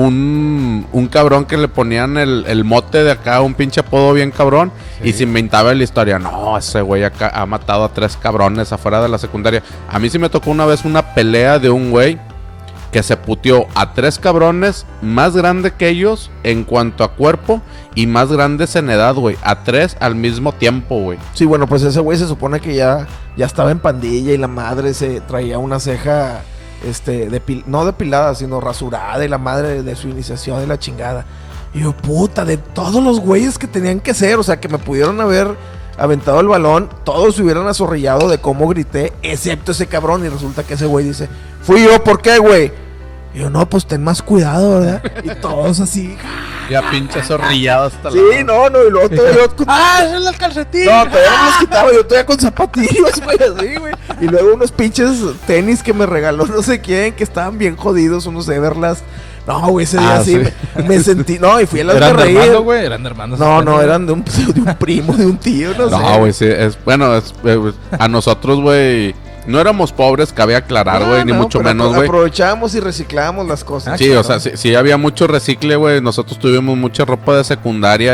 Speaker 1: un cabrón que le ponían el mote de acá, un pinche apodo bien cabrón. Sí. Y se inventaba la historia. No, ese güey acá ha matado a 3 cabrones afuera de la secundaria. A mí sí me tocó una vez una pelea de un güey que se puteó a 3 cabrones más grande que ellos en cuanto a cuerpo y más grandes en edad, güey. A 3 al mismo tiempo, güey.
Speaker 2: Sí, bueno, pues ese güey se supone que ya estaba en pandilla y la madre se traía una ceja, no depilada, sino rasurada y la madre de su iniciación y la chingada. Y yo, puta, de todos los güeyes que tenían que ser, o sea, que me pudieron haber aventado el balón, todos se hubieran azorrillado de cómo grité, excepto ese cabrón. Y resulta que ese güey dice, fui yo, ¿por qué, güey? Y yo, no, pues ten más cuidado, ¿verdad? Y todos así.
Speaker 1: Ya pinche azorrillado hasta
Speaker 2: sí, y luego todavía yo
Speaker 1: son las calcetines.
Speaker 2: No, todavía no los quitaba, yo todavía con zapatillos, güey, así, güey. Y luego unos pinches tenis que me regaló no sé quién, que estaban bien jodidos, unos Everlast. No, güey, ese día sí. Me sentí. No, y fui a las de reír.
Speaker 3: ¿Eran de güey? ¿Eran de hermanos?
Speaker 2: No, eran de un primo, de un tío, no sé.
Speaker 1: No, güey, sí. A nosotros, güey, no éramos pobres, cabe aclarar, güey, ni mucho menos, güey.
Speaker 2: Aprovechábamos y reciclábamos las cosas.
Speaker 1: Sí, claro. O sea, sí había mucho recicle, güey. Nosotros tuvimos mucha ropa de secundaria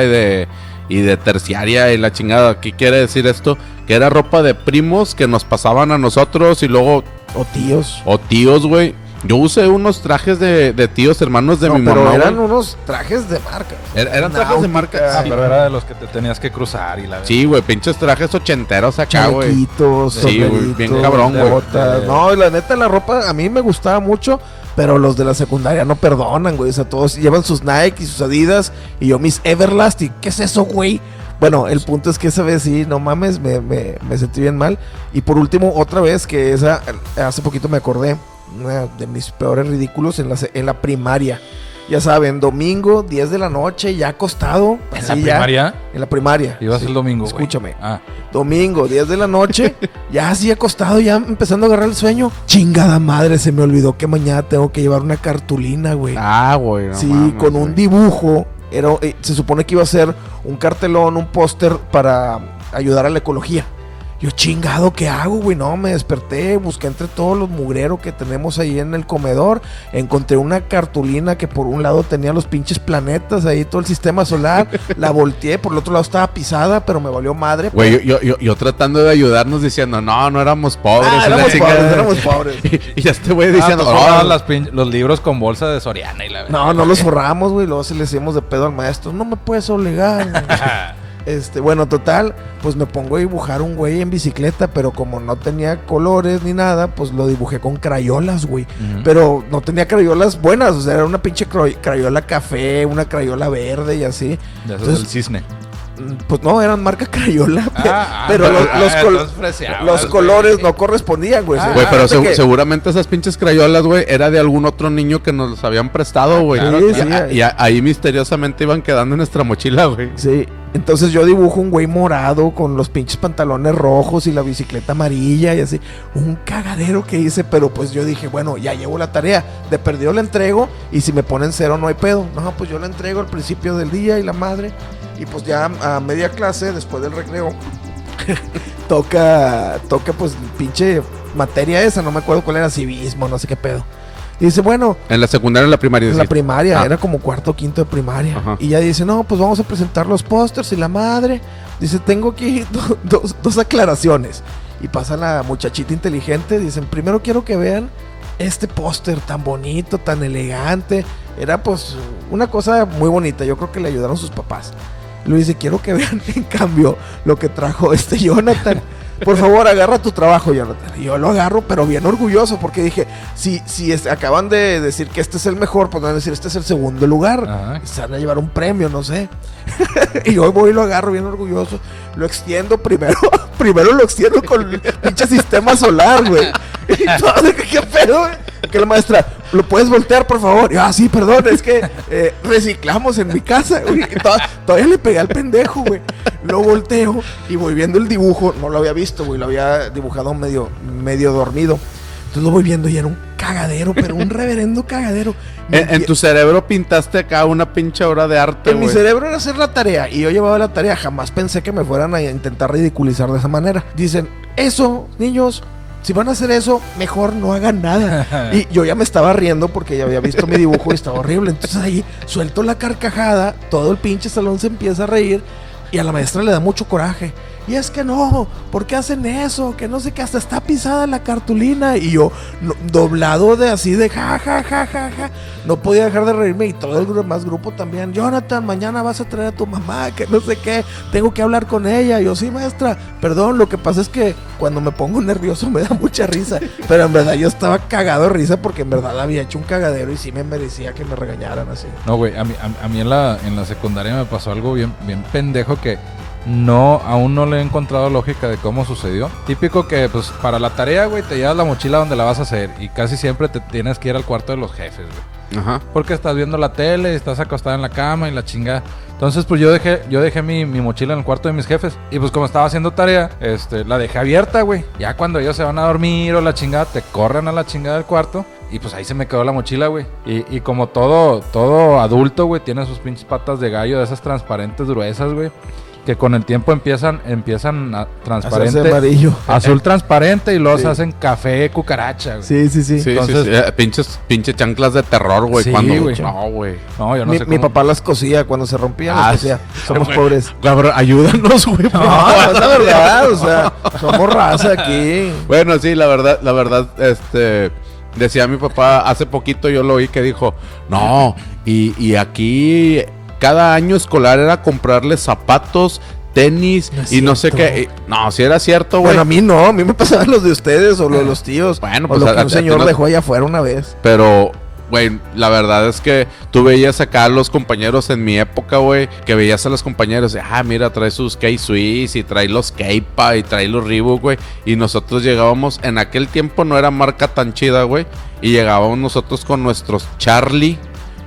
Speaker 1: y de terciaria y la chingada. ¿Qué quiere decir esto? Que era ropa de primos que nos pasaban a nosotros y luego...
Speaker 2: O tíos.
Speaker 1: O tíos, güey. Yo usé unos trajes de tíos hermanos de mi mamá.
Speaker 2: Pero eran unos trajes de marca.
Speaker 1: Eran trajes de marca.
Speaker 3: Sí. Pero era de los que te tenías que cruzar y la verdad.
Speaker 1: Sí, güey, pinches trajes ochenteros acá, güey.
Speaker 2: Chalequitos,
Speaker 1: sí, güey, bien cabrón, güey.
Speaker 2: No, la neta, la ropa a mí me gustaba mucho, pero los de la secundaria no perdonan, güey. O sea, todos llevan sus Nike y sus Adidas y yo mis Everlast. ¿Y qué es eso, güey? Bueno, el punto es que esa vez sí, no mames, me sentí bien mal. Y por último, otra vez, que hace poquito me acordé, una de mis peores ridículos en la primaria. Ya saben, domingo, 10 de la noche, ya acostado.
Speaker 3: ¿En la primaria?
Speaker 2: En la primaria.
Speaker 3: Ibas el domingo,
Speaker 2: escúchame. Domingo, 10 de la noche, ya así acostado, ya empezando a agarrar el sueño. Chingada madre, se me olvidó que mañana tengo que llevar una cartulina, güey.
Speaker 1: Güey.
Speaker 2: No mames, con un dibujo. Se supone que iba a ser un cartelón, un póster para ayudar a la ecología. Yo, chingado, ¿qué hago, güey? No, me desperté, busqué entre todos los mugreros que tenemos ahí en el comedor. Encontré una cartulina que por un lado tenía los pinches planetas, ahí todo el sistema solar. La volteé, por el otro lado estaba pisada, pero me valió madre.
Speaker 1: Güey, yo tratando de ayudarnos diciendo, no éramos pobres.
Speaker 2: Éramos pobres.
Speaker 1: Y ya este güey diciendo,
Speaker 3: los libros con bolsa de Soriana y la verdad.
Speaker 2: No los forramos, güey. Luego se le hacíamos de pedo al maestro. No me puedes obligar. Bueno, total, pues me pongo a dibujar un güey en bicicleta, pero como no tenía colores ni nada, pues lo dibujé con crayolas, güey. Uh-huh. Pero no tenía crayolas buenas, o sea, era una pinche crayola café, una crayola verde y así.
Speaker 3: De esos del cisne.
Speaker 2: Pues no, eran marca Crayola, pero los colores no correspondían, güey.
Speaker 1: Güey, pero seguramente esas pinches Crayolas, güey, era de algún otro niño que nos los habían prestado, güey. Y ahí misteriosamente iban quedando en nuestra mochila, güey.
Speaker 2: Sí, entonces yo dibujo un güey morado con los pinches pantalones rojos y la bicicleta amarilla y así. Un cagadero que hice, pero pues yo dije, bueno, ya llevo la tarea. De perdido la entrego y si me ponen 0 no hay pedo. No, pues yo la entrego al principio del día y la madre. Y pues ya a media clase, después del recreo, toca pues pinche materia esa, no me acuerdo cuál era, civismo, no sé qué pedo. Y dice, bueno...
Speaker 1: ¿En la secundaria o en la primaria?
Speaker 2: En la primaria, era como cuarto o quinto de primaria. Ajá. Y ya dice, no, pues vamos a presentar los pósters y la madre. Dice, tengo aquí dos aclaraciones. Y pasa la muchachita inteligente, dicen, primero quiero que vean este póster tan bonito, tan elegante. Era pues una cosa muy bonita, yo creo que le ayudaron sus papás. Luego dice, quiero que vean en cambio lo que trajo Jonathan. Por favor, agarra tu trabajo, Jonathan. Y yo lo agarro, pero bien orgulloso, porque dije, si acaban de decir que este es el mejor, pues van a decir, este es el segundo lugar.
Speaker 3: Ajá.
Speaker 2: Se van a llevar un premio, no sé. Y yo voy y lo agarro bien orgulloso. Lo extiendo primero lo extiendo con el pinche sistema solar, güey. Y todo, ¿qué pedo, güey? Que la maestra, ¿lo puedes voltear, por favor? Y yo, sí, perdón, es que reciclamos en mi casa, güey. Y todavía le pegué al pendejo, güey. Lo volteo y voy viendo el dibujo. No lo había visto, güey. Lo había dibujado medio dormido. Entonces lo voy viendo y era un cagadero, pero un reverendo cagadero.
Speaker 1: En tu cerebro pintaste acá una pinche obra de arte,
Speaker 2: En mi cerebro era hacer la tarea y yo llevaba la tarea. Jamás pensé que me fueran a intentar ridiculizar de esa manera. Dicen, eso, niños, si van a hacer eso, mejor no hagan nada. Y yo ya me estaba riendo porque ya había visto mi dibujo y estaba horrible. Entonces ahí suelto la carcajada, todo el pinche salón se empieza a reír y a la maestra le da mucho coraje. Y es que no, ¿por qué hacen eso? Que no sé qué, hasta está pisada la cartulina. Y yo, doblado de así de ja. No podía dejar de reírme y todo el más grupo también. Jonathan, mañana vas a traer a tu mamá, que no sé qué, tengo que hablar con ella. Y yo, sí, maestra, perdón, lo que pasa es que cuando me pongo nervioso me da mucha risa. Pero en verdad yo estaba cagado de risa porque en verdad había hecho un cagadero y sí me merecía que me regañaran así.
Speaker 3: No, güey, a mí en la secundaria me pasó algo bien pendejo que aún no le he encontrado lógica de cómo sucedió. Típico que, pues, para la tarea, güey, te llevas la mochila donde la vas a hacer y casi siempre te tienes que ir al cuarto de los jefes, güey.
Speaker 1: Ajá.
Speaker 3: Porque estás viendo la tele, estás acostado en la cama y la chingada. Entonces, pues, yo dejé mi mochila en el cuarto de mis jefes y, pues, como estaba haciendo tarea, la dejé abierta, güey. Ya cuando ellos se van a dormir o la chingada, te corren a la chingada del cuarto. Y pues ahí se me quedó la mochila, güey. Y como todo adulto, güey, tiene sus pinches patas de gallo de esas transparentes gruesas, güey. Que con el tiempo empiezan a transparente,
Speaker 2: amarillo,
Speaker 3: azul transparente y luego se hacen café cucaracha, güey.
Speaker 2: Sí.
Speaker 1: Entonces, pinches chanclas de terror, güey.
Speaker 3: Sí,
Speaker 1: cuando,
Speaker 3: güey.
Speaker 1: No, güey.
Speaker 3: No, yo no sé
Speaker 2: Mi
Speaker 3: cómo.
Speaker 2: papá las cosía cuando se rompían, las cosía. Somos
Speaker 1: güey.
Speaker 2: pobres.
Speaker 1: Cabrón, ayúdanos, güey.
Speaker 2: No, es la verdad, o sea, somos raza aquí.
Speaker 1: Bueno, sí, la verdad, decía mi papá, hace poquito yo lo oí que dijo, no, y aquí cada año escolar era comprarle zapatos, tenis
Speaker 2: no
Speaker 1: y no sé qué. No, si era cierto, güey.
Speaker 2: Bueno, a mí no, a mí me pasaban los de ustedes o los de los tíos.
Speaker 1: Bueno,
Speaker 2: o
Speaker 1: pues
Speaker 2: lo que
Speaker 1: a
Speaker 2: un
Speaker 1: ti
Speaker 2: señor
Speaker 1: no-
Speaker 2: dejó allá afuera una vez.
Speaker 1: Pero, güey, la verdad es que tú veías acá a los compañeros en mi época, güey, que veías a los compañeros de, mira, trae sus K-Swiss y trae los K-Pa y trae los Reebok, güey. Y nosotros llegábamos, en aquel tiempo no era marca tan chida, güey. Y llegábamos nosotros con nuestros Charlie,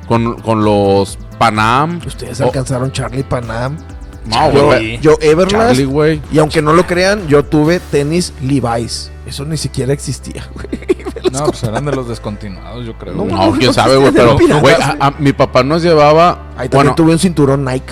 Speaker 1: con los Panam.
Speaker 2: Ustedes alcanzaron Charlie Panam.
Speaker 1: No, güey.
Speaker 2: Yo Everlast.
Speaker 1: Charlie, güey.
Speaker 2: Y aunque no lo crean, yo tuve tenis Levi's. Eso ni siquiera existía, güey.
Speaker 3: No, pues eran de los descontinuados, yo creo.
Speaker 2: No,
Speaker 3: güey.
Speaker 1: No, quién sabe, güey. Pero,
Speaker 2: Piratas.
Speaker 1: güey, mi papá nos llevaba.
Speaker 2: Ahí también tuve un cinturón Nike.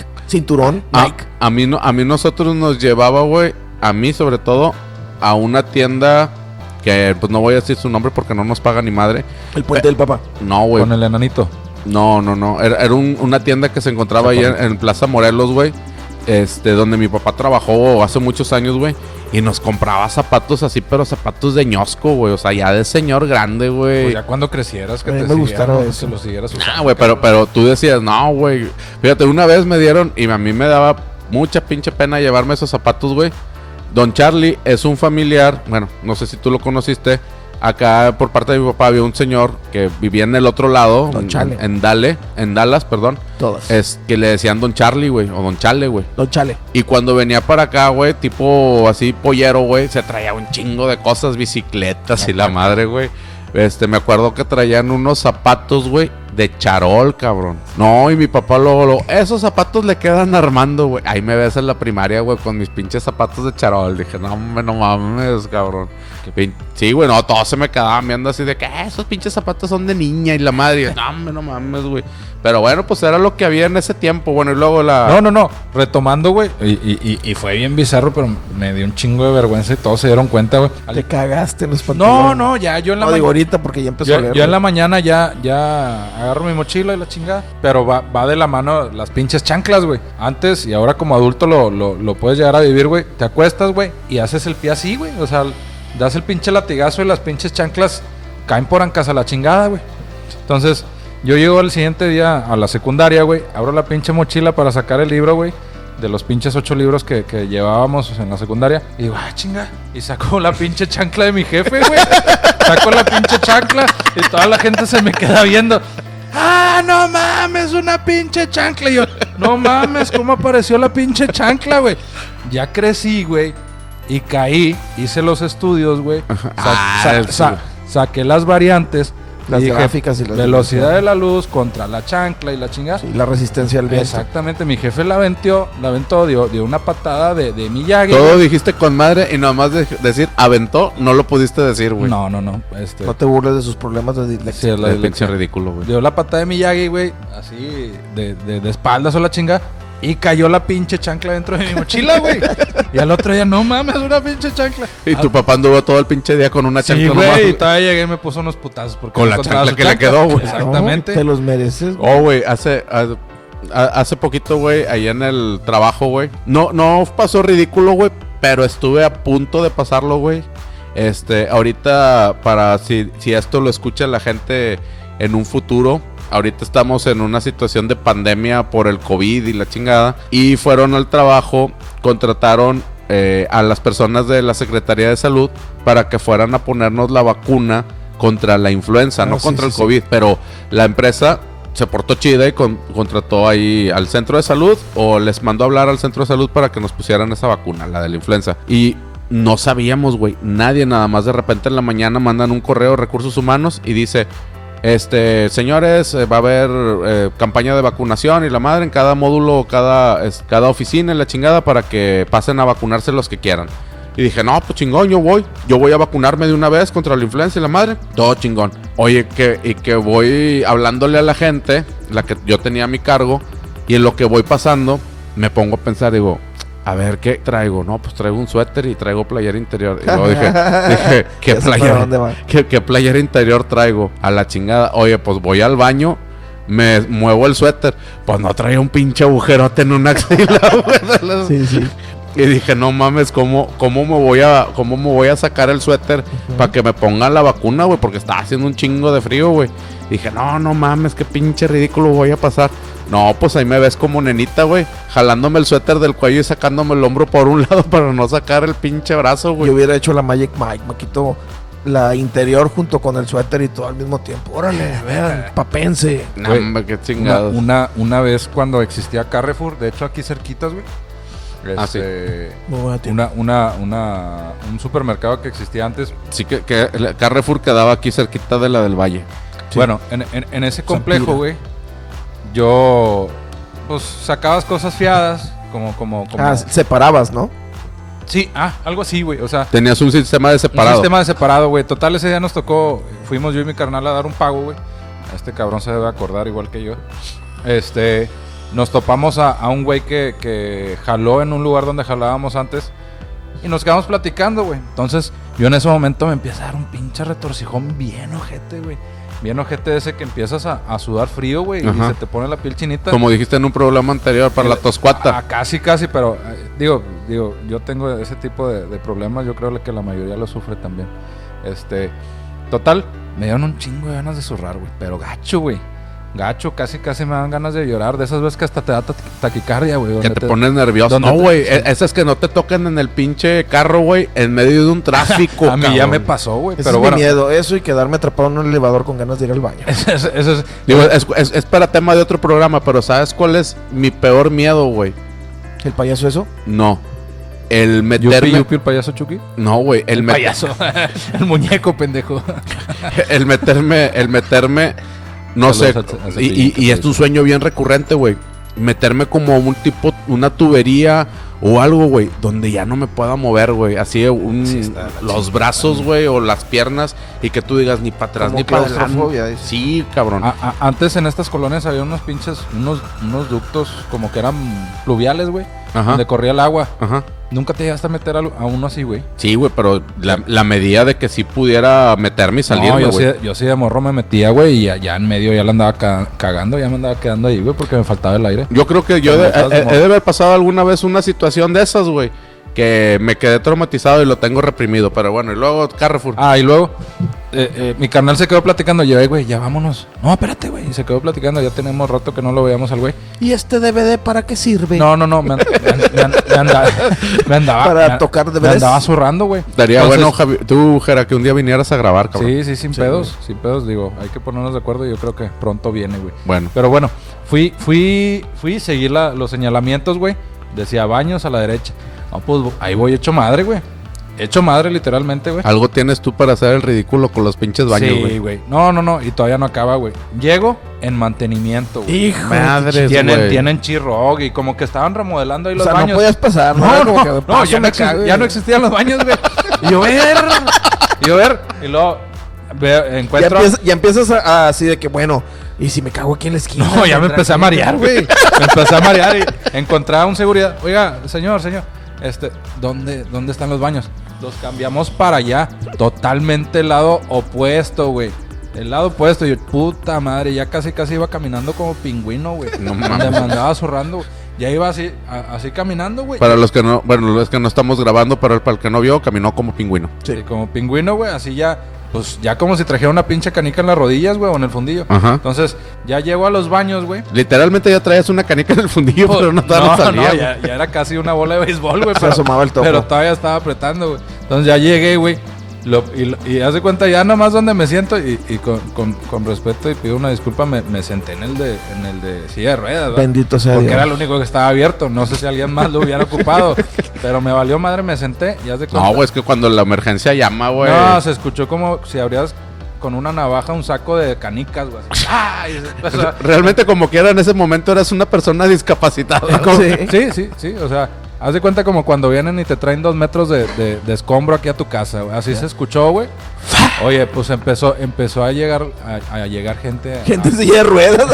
Speaker 2: Nike.
Speaker 1: A mí nosotros nos llevaba, güey, a mí sobre todo, a una tienda que pues no voy a decir su nombre porque no nos paga ni madre.
Speaker 2: El puente del papá.
Speaker 1: No, güey.
Speaker 3: Con el enanito.
Speaker 1: No. Era una tienda que se encontraba ahí en Plaza Morelos, güey. Donde mi papá trabajó hace muchos años, güey. Y nos compraba zapatos así, pero zapatos de ñosco, güey. O sea, ya de señor grande, güey.
Speaker 3: Pues ya cuando crecieras que
Speaker 2: A mí
Speaker 3: te
Speaker 2: me gustaron
Speaker 3: siguieran,
Speaker 2: eso.
Speaker 3: que lo siguieras usando.
Speaker 1: Ah, güey, pero tú decías, no, güey. Fíjate, una vez me dieron, y a mí me daba mucha pinche pena llevarme esos zapatos, güey. Don Charlie es un familiar, bueno, no sé si tú lo conociste. Acá por parte de mi papá había un señor que vivía en el otro lado,
Speaker 2: Don Chale.
Speaker 1: en Dallas, perdón.
Speaker 2: Todas.
Speaker 1: Es que le decían Don Charlie, güey, o Don Chale, güey.
Speaker 2: Don Chale.
Speaker 1: Y cuando venía para acá, güey, tipo así pollero, güey, se traía un chingo de cosas, bicicletas y la madre, güey. Me acuerdo que traían unos zapatos, güey, de charol, cabrón. No, y mi papá luego, esos zapatos le quedan a Armando, güey. Ahí me ves en la primaria, güey, con mis pinches zapatos de charol. Dije, no mames, cabrón. Sí, güey, no, todos se me quedaban viendo así de que esos pinches zapatos son de niña y la madre. No mames, güey. Pero bueno, pues era lo que había en ese tiempo. Bueno, y luego
Speaker 3: No. Retomando, güey. Y fue bien bizarro, pero me dio un chingo de vergüenza y todos se dieron cuenta, güey.
Speaker 2: Te cagaste en los pantalones.
Speaker 3: No, ya yo en la
Speaker 2: No, digo
Speaker 3: mañana.
Speaker 2: ahorita porque ya empezó a leer.
Speaker 3: Yo en la mañana ya agarro mi mochila y la chingada. Pero va de la mano las pinches chanclas, güey. Antes y ahora como adulto lo puedes llegar a vivir, güey. Te acuestas, güey, y haces el pie así, güey. O sea, das el pinche latigazo y las pinches chanclas caen por ancas a la chingada, güey. Entonces, yo llego el siguiente día a la secundaria, güey. Abro la pinche mochila para sacar el libro, güey. de los pinches 8 libros que llevábamos en la secundaria. Y digo, chinga. Y saco la pinche chancla de mi jefe, güey. Saco la pinche chancla y toda la gente se me queda viendo. No mames, una pinche chancla. Y yo, no mames, ¿cómo apareció la pinche chancla, güey? Ya crecí, güey. Y caí, hice los estudios, güey. Saqué las variantes.
Speaker 2: Las
Speaker 3: dije,
Speaker 2: gráficas y las
Speaker 3: velocidad de la luz contra la chancla y la chingada.
Speaker 2: Sí, la resistencia al viento.
Speaker 3: Exactamente, mi jefe la aventó, dio una patada de Miyagi.
Speaker 1: Todo dijiste con madre y nomás decir aventó, no lo pudiste decir, güey.
Speaker 3: No.
Speaker 2: No te burles de sus problemas de dislexia.
Speaker 3: Sí,
Speaker 1: la dislexia ridículo, güey.
Speaker 3: Dio la patada de Miyagi, güey, así de espaldas o la chinga. Y cayó la pinche chancla dentro de mi mochila, güey. Y al otro día, no mames, una pinche chancla.
Speaker 1: Y tu papá anduvo todo el pinche día con una chancla
Speaker 3: güey,
Speaker 1: nomás,
Speaker 3: y todavía llegué y me puso unos putazos. Porque
Speaker 1: con la chancla que le quedó, güey.
Speaker 3: Exactamente.
Speaker 2: No, te los mereces, güey.
Speaker 1: Güey, hace poquito, güey, ahí en el trabajo, güey. No pasó ridículo, güey, pero estuve a punto de pasarlo, güey. Ahorita, para si esto lo escucha la gente en un futuro... Ahorita estamos en una situación de pandemia por el COVID y la chingada. Y fueron al trabajo, contrataron a las personas de la Secretaría de Salud para que fueran a ponernos la vacuna contra la influenza, no contra el COVID. Pero la empresa se portó chida y contrató ahí al centro de salud o les mandó a hablar al centro de salud para que nos pusieran esa vacuna, la de la influenza. Y no sabíamos, güey, nadie, nada más de repente en la mañana mandan un correo de recursos humanos y dice... señores, va a haber campaña de vacunación y la madre en cada módulo, cada oficina en la chingada para que pasen a vacunarse los que quieran. Y dije, no, pues chingón, yo voy a vacunarme de una vez contra la influenza y la madre, todo chingón. Oye, que voy hablándole a la gente, la que yo tenía a mi cargo, y en lo que voy pasando, me pongo a pensar, digo, a ver, ¿qué traigo? No, pues traigo un suéter y traigo playera interior. Y luego dije, ¿qué playera interior traigo? A la chingada. Oye, pues voy al baño, me muevo el suéter. Pues no traía un pinche agujerote en una axila, güey. Sí. Y dije, no mames, ¿cómo me voy a sacar el suéter para que me pongan la vacuna, güey? Porque estaba haciendo un chingo de frío, güey. Dije, no mames, qué pinche ridículo voy a pasar. No, pues ahí me ves como nenita, güey, jalándome el suéter del cuello y sacándome el hombro por un lado para no sacar el pinche brazo, güey.
Speaker 2: Yo hubiera hecho la Magic Mike, me quito la interior junto con el suéter y todo al mismo tiempo. Órale, vean, papense.
Speaker 1: No, qué chingados.
Speaker 3: Una vez cuando existía Carrefour, de hecho aquí cerquitas, güey.
Speaker 1: Sí.
Speaker 3: Un supermercado que existía antes.
Speaker 1: Sí, que el Carrefour quedaba aquí cerquita de la del Valle.
Speaker 3: Sí. Bueno, en ese complejo, güey, yo pues sacabas cosas fiadas, como
Speaker 2: separabas, ¿no?
Speaker 3: Sí, algo así, güey, o sea,
Speaker 1: tenías un sistema de separado.
Speaker 3: Un sistema de separado, güey. Total, ese día nos tocó, fuimos yo y mi carnal a dar un pago, güey. Este cabrón se debe acordar igual que yo. Nos topamos a un güey que jaló en un lugar donde jalábamos antes y nos quedamos platicando, güey. Entonces, yo en ese momento me empieza a dar un pinche retorcijón bien ojete, güey. Bien ojete ese que empiezas a sudar frío, güey, y se te pone la piel chinita.
Speaker 1: Como dijiste en un programa anterior para la toscuata.
Speaker 3: Casi, pero digo, yo tengo ese tipo de problemas, yo creo que la mayoría lo sufre también. Total, me dieron un chingo de ganas de zurrar, güey, pero gacho, güey. Gacho, casi me dan ganas de llorar. De esas veces que hasta te da taquicardia, güey.
Speaker 1: Que te pones nervioso. No, güey, esas que no te tocan en el pinche carro, güey, en medio de un tráfico.
Speaker 3: A mí ya me pasó, güey.
Speaker 2: Pero es mi miedo, eso y quedarme atrapado en un elevador con ganas de ir al baño.
Speaker 1: Es para tema de otro programa, pero ¿sabes cuál es mi peor miedo, güey?
Speaker 2: ¿El payaso eso?
Speaker 1: No. El meterme...
Speaker 3: ¿Yupi, el payaso Chucky?
Speaker 1: No, güey.
Speaker 3: El payaso. El muñeco, pendejo.
Speaker 1: El meterme... No sé, y es un sueño bien recurrente, güey. Meterme como una tubería o algo, güey, donde ya no me pueda mover, güey. Así los brazos, güey, o las piernas, y que tú digas ni para atrás ni para adelante. Sí, cabrón.
Speaker 3: Antes en estas colonias había unos pinches, unos ductos como que eran pluviales, güey, donde corría el agua. Ajá. ¿Nunca te llegaste a meter a uno así, güey?
Speaker 1: Sí, güey, pero la medida de que sí pudiera meterme y salirme, güey.
Speaker 3: Yo sí de morro me metía, güey, y ya en medio ya la andaba cagando, ya me andaba quedando ahí, güey, porque me faltaba el aire.
Speaker 1: Yo creo que yo he de haber pasado alguna vez una situación de esas, güey, que me quedé traumatizado y lo tengo reprimido, pero bueno, y luego Carrefour.
Speaker 3: Y luego, mi carnal se quedó platicando. Yo, güey, ya vámonos. No, espérate, güey. Y se quedó platicando. Ya tenemos rato que no lo veíamos al güey.
Speaker 2: ¿Y este DVD para qué sirve?
Speaker 3: No. Me andaba.
Speaker 2: Para tocar de
Speaker 3: me andaba zurrando, güey.
Speaker 1: Daría
Speaker 3: Entonces,
Speaker 1: bueno, Javi, tú, Jera, que un día vinieras a grabar, cabrón.
Speaker 3: Sí, sin pedos. Sin pedos, digo. Hay que ponernos de acuerdo. Yo creo que pronto viene, güey.
Speaker 1: Bueno.
Speaker 3: Pero bueno, fui a seguir los señalamientos, güey. Decía baños a la derecha. No, pues ahí voy hecho madre, güey. Hecho madre, literalmente, güey.
Speaker 1: Algo tienes tú para hacer el ridículo con los pinches baños, güey.
Speaker 3: Sí, güey. No. Y todavía no acaba, güey. Llego en mantenimiento, güey.
Speaker 2: Hijo
Speaker 1: Madres,
Speaker 3: Tienen chirrog y como que estaban remodelando ahí los baños.
Speaker 2: no podías pasar,
Speaker 3: No, ya no existían los baños, güey. Y yo ver. Y luego encuentro...
Speaker 2: Ya empiezas así de que, bueno, ¿y si me cago aquí en la esquina?
Speaker 3: No, ya me empecé a marear, güey. Me empecé a marear y encontraba un seguridad. Oiga, señor. ¿Dónde están los baños? Los cambiamos para allá. Totalmente el lado opuesto, güey. El lado opuesto. Y yo, puta madre, ya casi iba caminando como pingüino, güey.
Speaker 1: No
Speaker 3: Me
Speaker 1: mames.
Speaker 3: andaba zurrando, güey. Ya iba así caminando, güey.
Speaker 1: Para los que no, bueno, los que no estamos grabando, pero para el que no vio, caminó como pingüino.
Speaker 3: Sí, como pingüino, güey. Así ya, pues ya como si trajera una pinche canica en las rodillas, güey, o en el fundillo.
Speaker 1: Ajá.
Speaker 3: Entonces, ya llego a los baños, güey.
Speaker 1: Literalmente ya traías una canica en el fundillo, pero no todavía no salía.
Speaker 3: No, ya era casi una bola de béisbol, güey.
Speaker 2: Se asomaba el topo.
Speaker 3: Pero todavía estaba apretando, güey. Entonces ya llegué, güey. Y haz de cuenta ya nomás donde me siento y con respeto y pido una disculpa, me senté en el de silla de ruedas, ¿verdad?
Speaker 2: Bendito sea
Speaker 3: Porque
Speaker 2: Dios.
Speaker 3: era el único que estaba abierto. No sé si alguien más lo hubiera ocupado. Pero me valió madre, me senté y haz de cuenta.
Speaker 1: No, güey, es que cuando la emergencia llama, güey.
Speaker 3: No, se escuchó como si abrías con una navaja un saco de canicas, güey. ¡Ay!
Speaker 1: Realmente, como quiera, en ese momento eras una persona discapacitada.
Speaker 3: Sí. O sea, haz de cuenta como cuando vienen y te traen 2 metros de escombro aquí a tu casa, güey. Así se escuchó, güey. Oye, pues empezó a llegar gente.
Speaker 2: Gente en silla de ruedas.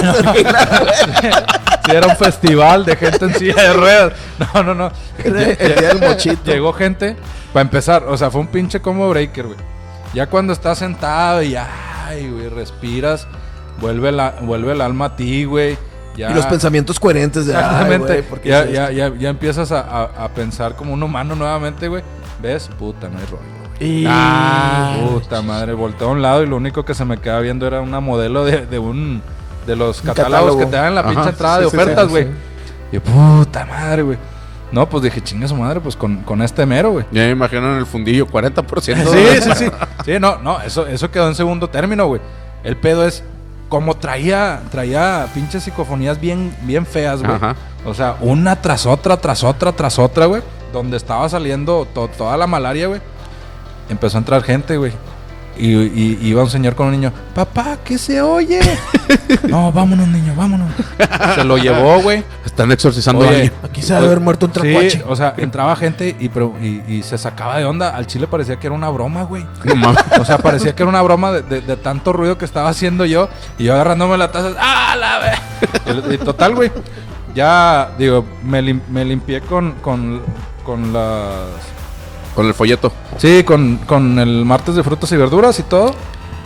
Speaker 3: Sí, era un festival de gente en silla de ruedas. No.
Speaker 2: El día del mochito.
Speaker 3: Llegó gente, para empezar, o sea, fue un pinche combo breaker, güey. Ya cuando estás sentado y ay, güey, respiras, vuelve el alma a ti, güey. Ya,
Speaker 2: Y los pensamientos coherentes de
Speaker 3: exactamente.
Speaker 2: ay, güey, ¿por qué
Speaker 3: ya,
Speaker 2: es
Speaker 3: ya,
Speaker 2: esto?
Speaker 3: ya empiezas a pensar como un humano nuevamente, güey. ¿Ves? Puta, no hay rollo.
Speaker 2: Y...
Speaker 3: Puta madre, volteé a un lado y lo único que se me quedaba viendo era una modelo de los catálogos
Speaker 2: catálogo.
Speaker 3: que te dan en la
Speaker 1: Ajá,
Speaker 3: pinche entrada
Speaker 2: sí,
Speaker 3: de
Speaker 2: sí,
Speaker 3: ofertas,
Speaker 2: sí,
Speaker 3: güey.
Speaker 2: sí.
Speaker 3: Y yo, puta madre, güey. No, pues dije, chinga su madre, pues con este mero, güey.
Speaker 1: Ya me imagino en el fundillo, 40%.
Speaker 3: Sí. Sí, no, eso quedó en segundo término, güey. El pedo es como traía pinches psicofonías bien feas, güey.
Speaker 1: Ajá.
Speaker 3: O sea, una tras otra, güey. Donde estaba saliendo toda la malaria, güey. Empezó a entrar gente, güey. Y iba un señor con un niño. Papá, ¿qué se oye? No, vámonos, niño, vámonos. Se lo llevó, güey.
Speaker 1: Están exorcizando a
Speaker 3: Oye,
Speaker 1: alguien.
Speaker 2: Aquí se debe haber muerto un tracuache.
Speaker 3: Sí, o sea, entraba gente y se sacaba de onda. Al chile parecía que era una broma, güey.
Speaker 1: No mames.
Speaker 3: O sea, parecía que era una broma de tanto ruido que estaba haciendo yo. Y yo agarrándome la taza. ¡Ah, la ve! Y total, güey. Ya, digo, me limpié con las...
Speaker 1: Con el folleto.
Speaker 3: Sí, con el martes de frutas y verduras y todo.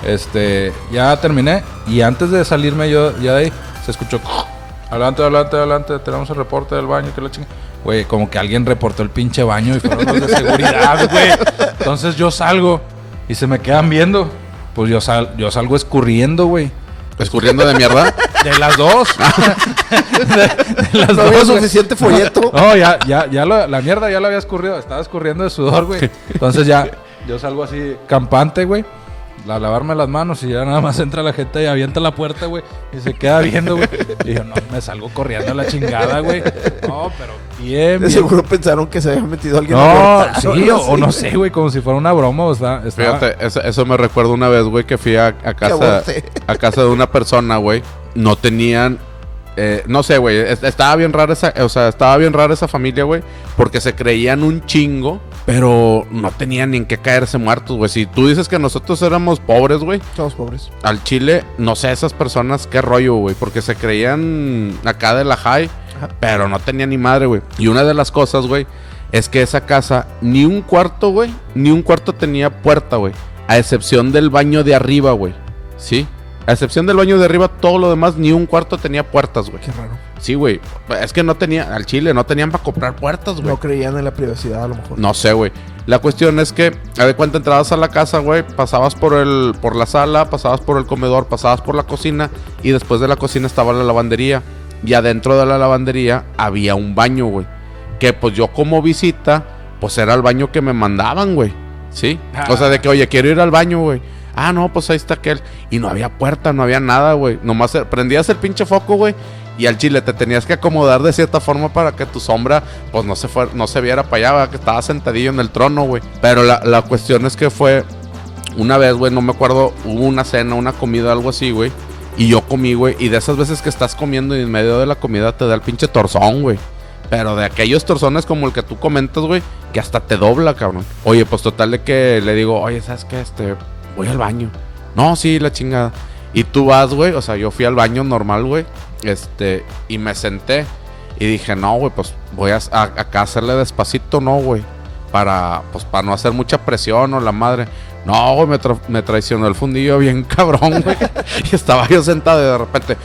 Speaker 3: Ya terminé. Y antes de salirme yo ya de ahí, se escuchó... Adelante, tenemos el reporte del baño, que la chinga. Güey, como que alguien reportó el pinche baño y fueron los de seguridad, güey. Entonces yo salgo y se me quedan viendo. Pues yo salgo escurriendo, güey.
Speaker 1: Escurriendo de mierda.
Speaker 3: De las dos. de las
Speaker 2: No había
Speaker 3: güey.
Speaker 2: suficiente folleto.
Speaker 3: No, ya la mierda ya la había escurrido. Estaba escurriendo de sudor, güey. Entonces ya, yo salgo así campante, güey. A lavarme las manos y ya nada más entra la gente y avienta la puerta, güey. Y se queda viendo, güey. Y yo, no, me salgo corriendo a la chingada, güey. No, pero bien.
Speaker 2: De seguro pensaron que se había metido alguien.
Speaker 3: No,
Speaker 2: a cortar,
Speaker 3: sí,
Speaker 2: algo
Speaker 3: o
Speaker 2: así.
Speaker 3: no sé, güey, como si fuera una broma. O estaba...
Speaker 1: Fíjate, eso me recuerda una vez, güey, que fui a casa de una persona, güey. No tenían... no sé, güey. Estaba bien rara esa familia, güey. Porque se creían un chingo, pero no tenían ni en qué caerse muertos, güey. Si tú dices que nosotros éramos pobres, güey,
Speaker 2: Somos pobres.
Speaker 1: al chile, no sé esas personas qué rollo, güey. Porque se creían acá de la high, pero no tenían ni madre, güey. Y una de las cosas, güey, es que esa casa, ni un cuarto tenía puerta, güey. A excepción del baño de arriba, güey. ¿Sí? A excepción del baño de arriba, todo lo demás, ni un cuarto tenía puertas, güey.
Speaker 2: Qué raro.
Speaker 1: Sí, güey. Es que no tenía, al chile, no tenían para comprar puertas, güey.
Speaker 2: No creían en la privacidad, a lo mejor.
Speaker 1: No sé, güey. La cuestión es que, a de cuenta, entrabas a la casa, güey, pasabas por la sala, pasabas por el comedor, pasabas por la cocina, y después de la cocina estaba la lavandería. Y adentro de la lavandería había un baño, güey. Que pues yo como visita, pues era el baño que me mandaban, güey. ¿Sí? O sea, de que, oye, quiero ir al baño, güey. Ah, no, pues ahí está aquel. Y no había puerta, no había nada, güey. Nomás prendías el pinche foco, güey. Y al chile te tenías que acomodar de cierta forma para que tu sombra, pues no se viera para allá, ¿verdad? Que estaba sentadillo en el trono, güey. Pero la cuestión es que fue una vez, güey, no me acuerdo, hubo una cena, una comida, algo así, güey. Y yo comí, güey. Y de esas veces que estás comiendo y en medio de la comida te da el pinche torzón, güey. Pero de aquellos torzones como el que tú comentas, güey, que hasta te dobla, cabrón. Oye, pues total de que le digo, oye, ¿sabes qué? Voy al baño. No, sí, la chingada. Y tú vas, güey, o sea, yo fui al baño normal, güey. Y me senté. Y dije, no, güey, pues voy a acá hacerle despacito, ¿no, güey? Para no hacer mucha presión o la madre. No, güey, me traicionó el fundillo bien cabrón, güey. Y estaba yo sentado y de repente...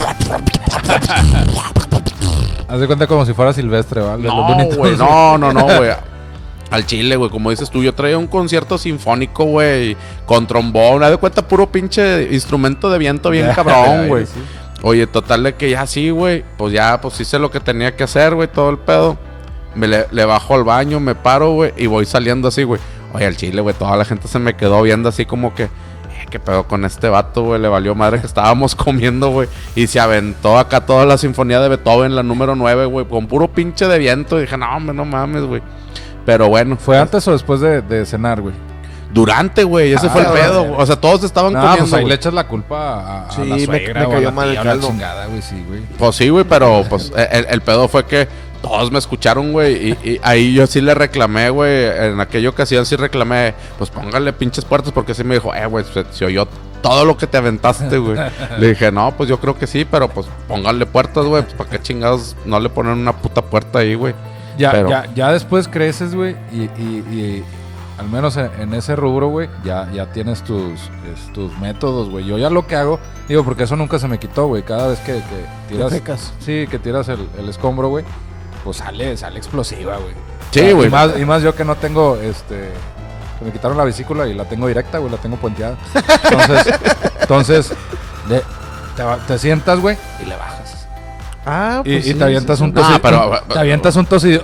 Speaker 3: Haz de cuenta como si fuera Silvestre, ¿vale?
Speaker 1: No, güey, no, güey. Al chile, güey, como dices tú, yo traía un concierto sinfónico, güey, con trombón, haz de cuenta puro pinche instrumento de viento bien cabrón, güey. Sí. Oye, total de que ya sí, güey, pues hice lo que tenía que hacer, güey, todo el pedo. Le bajo al baño, me paro, güey, y voy saliendo así, güey. Oye, al chile, güey, toda la gente se me quedó viendo así como que... ¿Qué pedo con este vato, güey? Le valió madre que estábamos comiendo, güey. Y se aventó acá toda la sinfonía de Beethoven, la número 9, güey, con puro pinche de viento. Y dije, no, hombre, no mames, güey. Pero bueno.
Speaker 3: ¿Fue antes o después de cenar, güey?
Speaker 1: Durante, güey. Ese fue el pedo, güey. O sea, todos estaban comiendo,
Speaker 3: pues ahí
Speaker 1: wey.
Speaker 3: Le echas la culpa a la suegra
Speaker 2: me cayó mal el caldo.
Speaker 3: Chingada, güey, sí, güey.
Speaker 1: Pues sí, güey, pero pues el pedo fue que todos me escucharon, güey, y ahí yo sí le reclamé, güey, en aquella ocasión sí reclamé, pues póngale pinches puertas, porque sí me dijo, güey, se oyó todo lo que te aventaste, güey. Le dije, no, pues yo creo que sí, pero pues póngale puertas, güey, pues para qué chingados no le ponen una puta puerta ahí, güey.
Speaker 3: Ya después creces, güey, y al menos en ese rubro, güey, ya tienes tus métodos, güey. Yo ya lo que hago, digo, porque eso nunca se me quitó, güey, cada vez que tiras... Sí, que tiras el escombro, güey, pues sale explosiva, güey.
Speaker 1: Sí, güey.
Speaker 3: Y más yo que no tengo, que me quitaron la vesícula y la tengo directa, güey, la tengo puenteada. Entonces te sientas, güey, y le bajas.
Speaker 2: Pues
Speaker 3: y te avientas un tosido. Te avientas un tosido.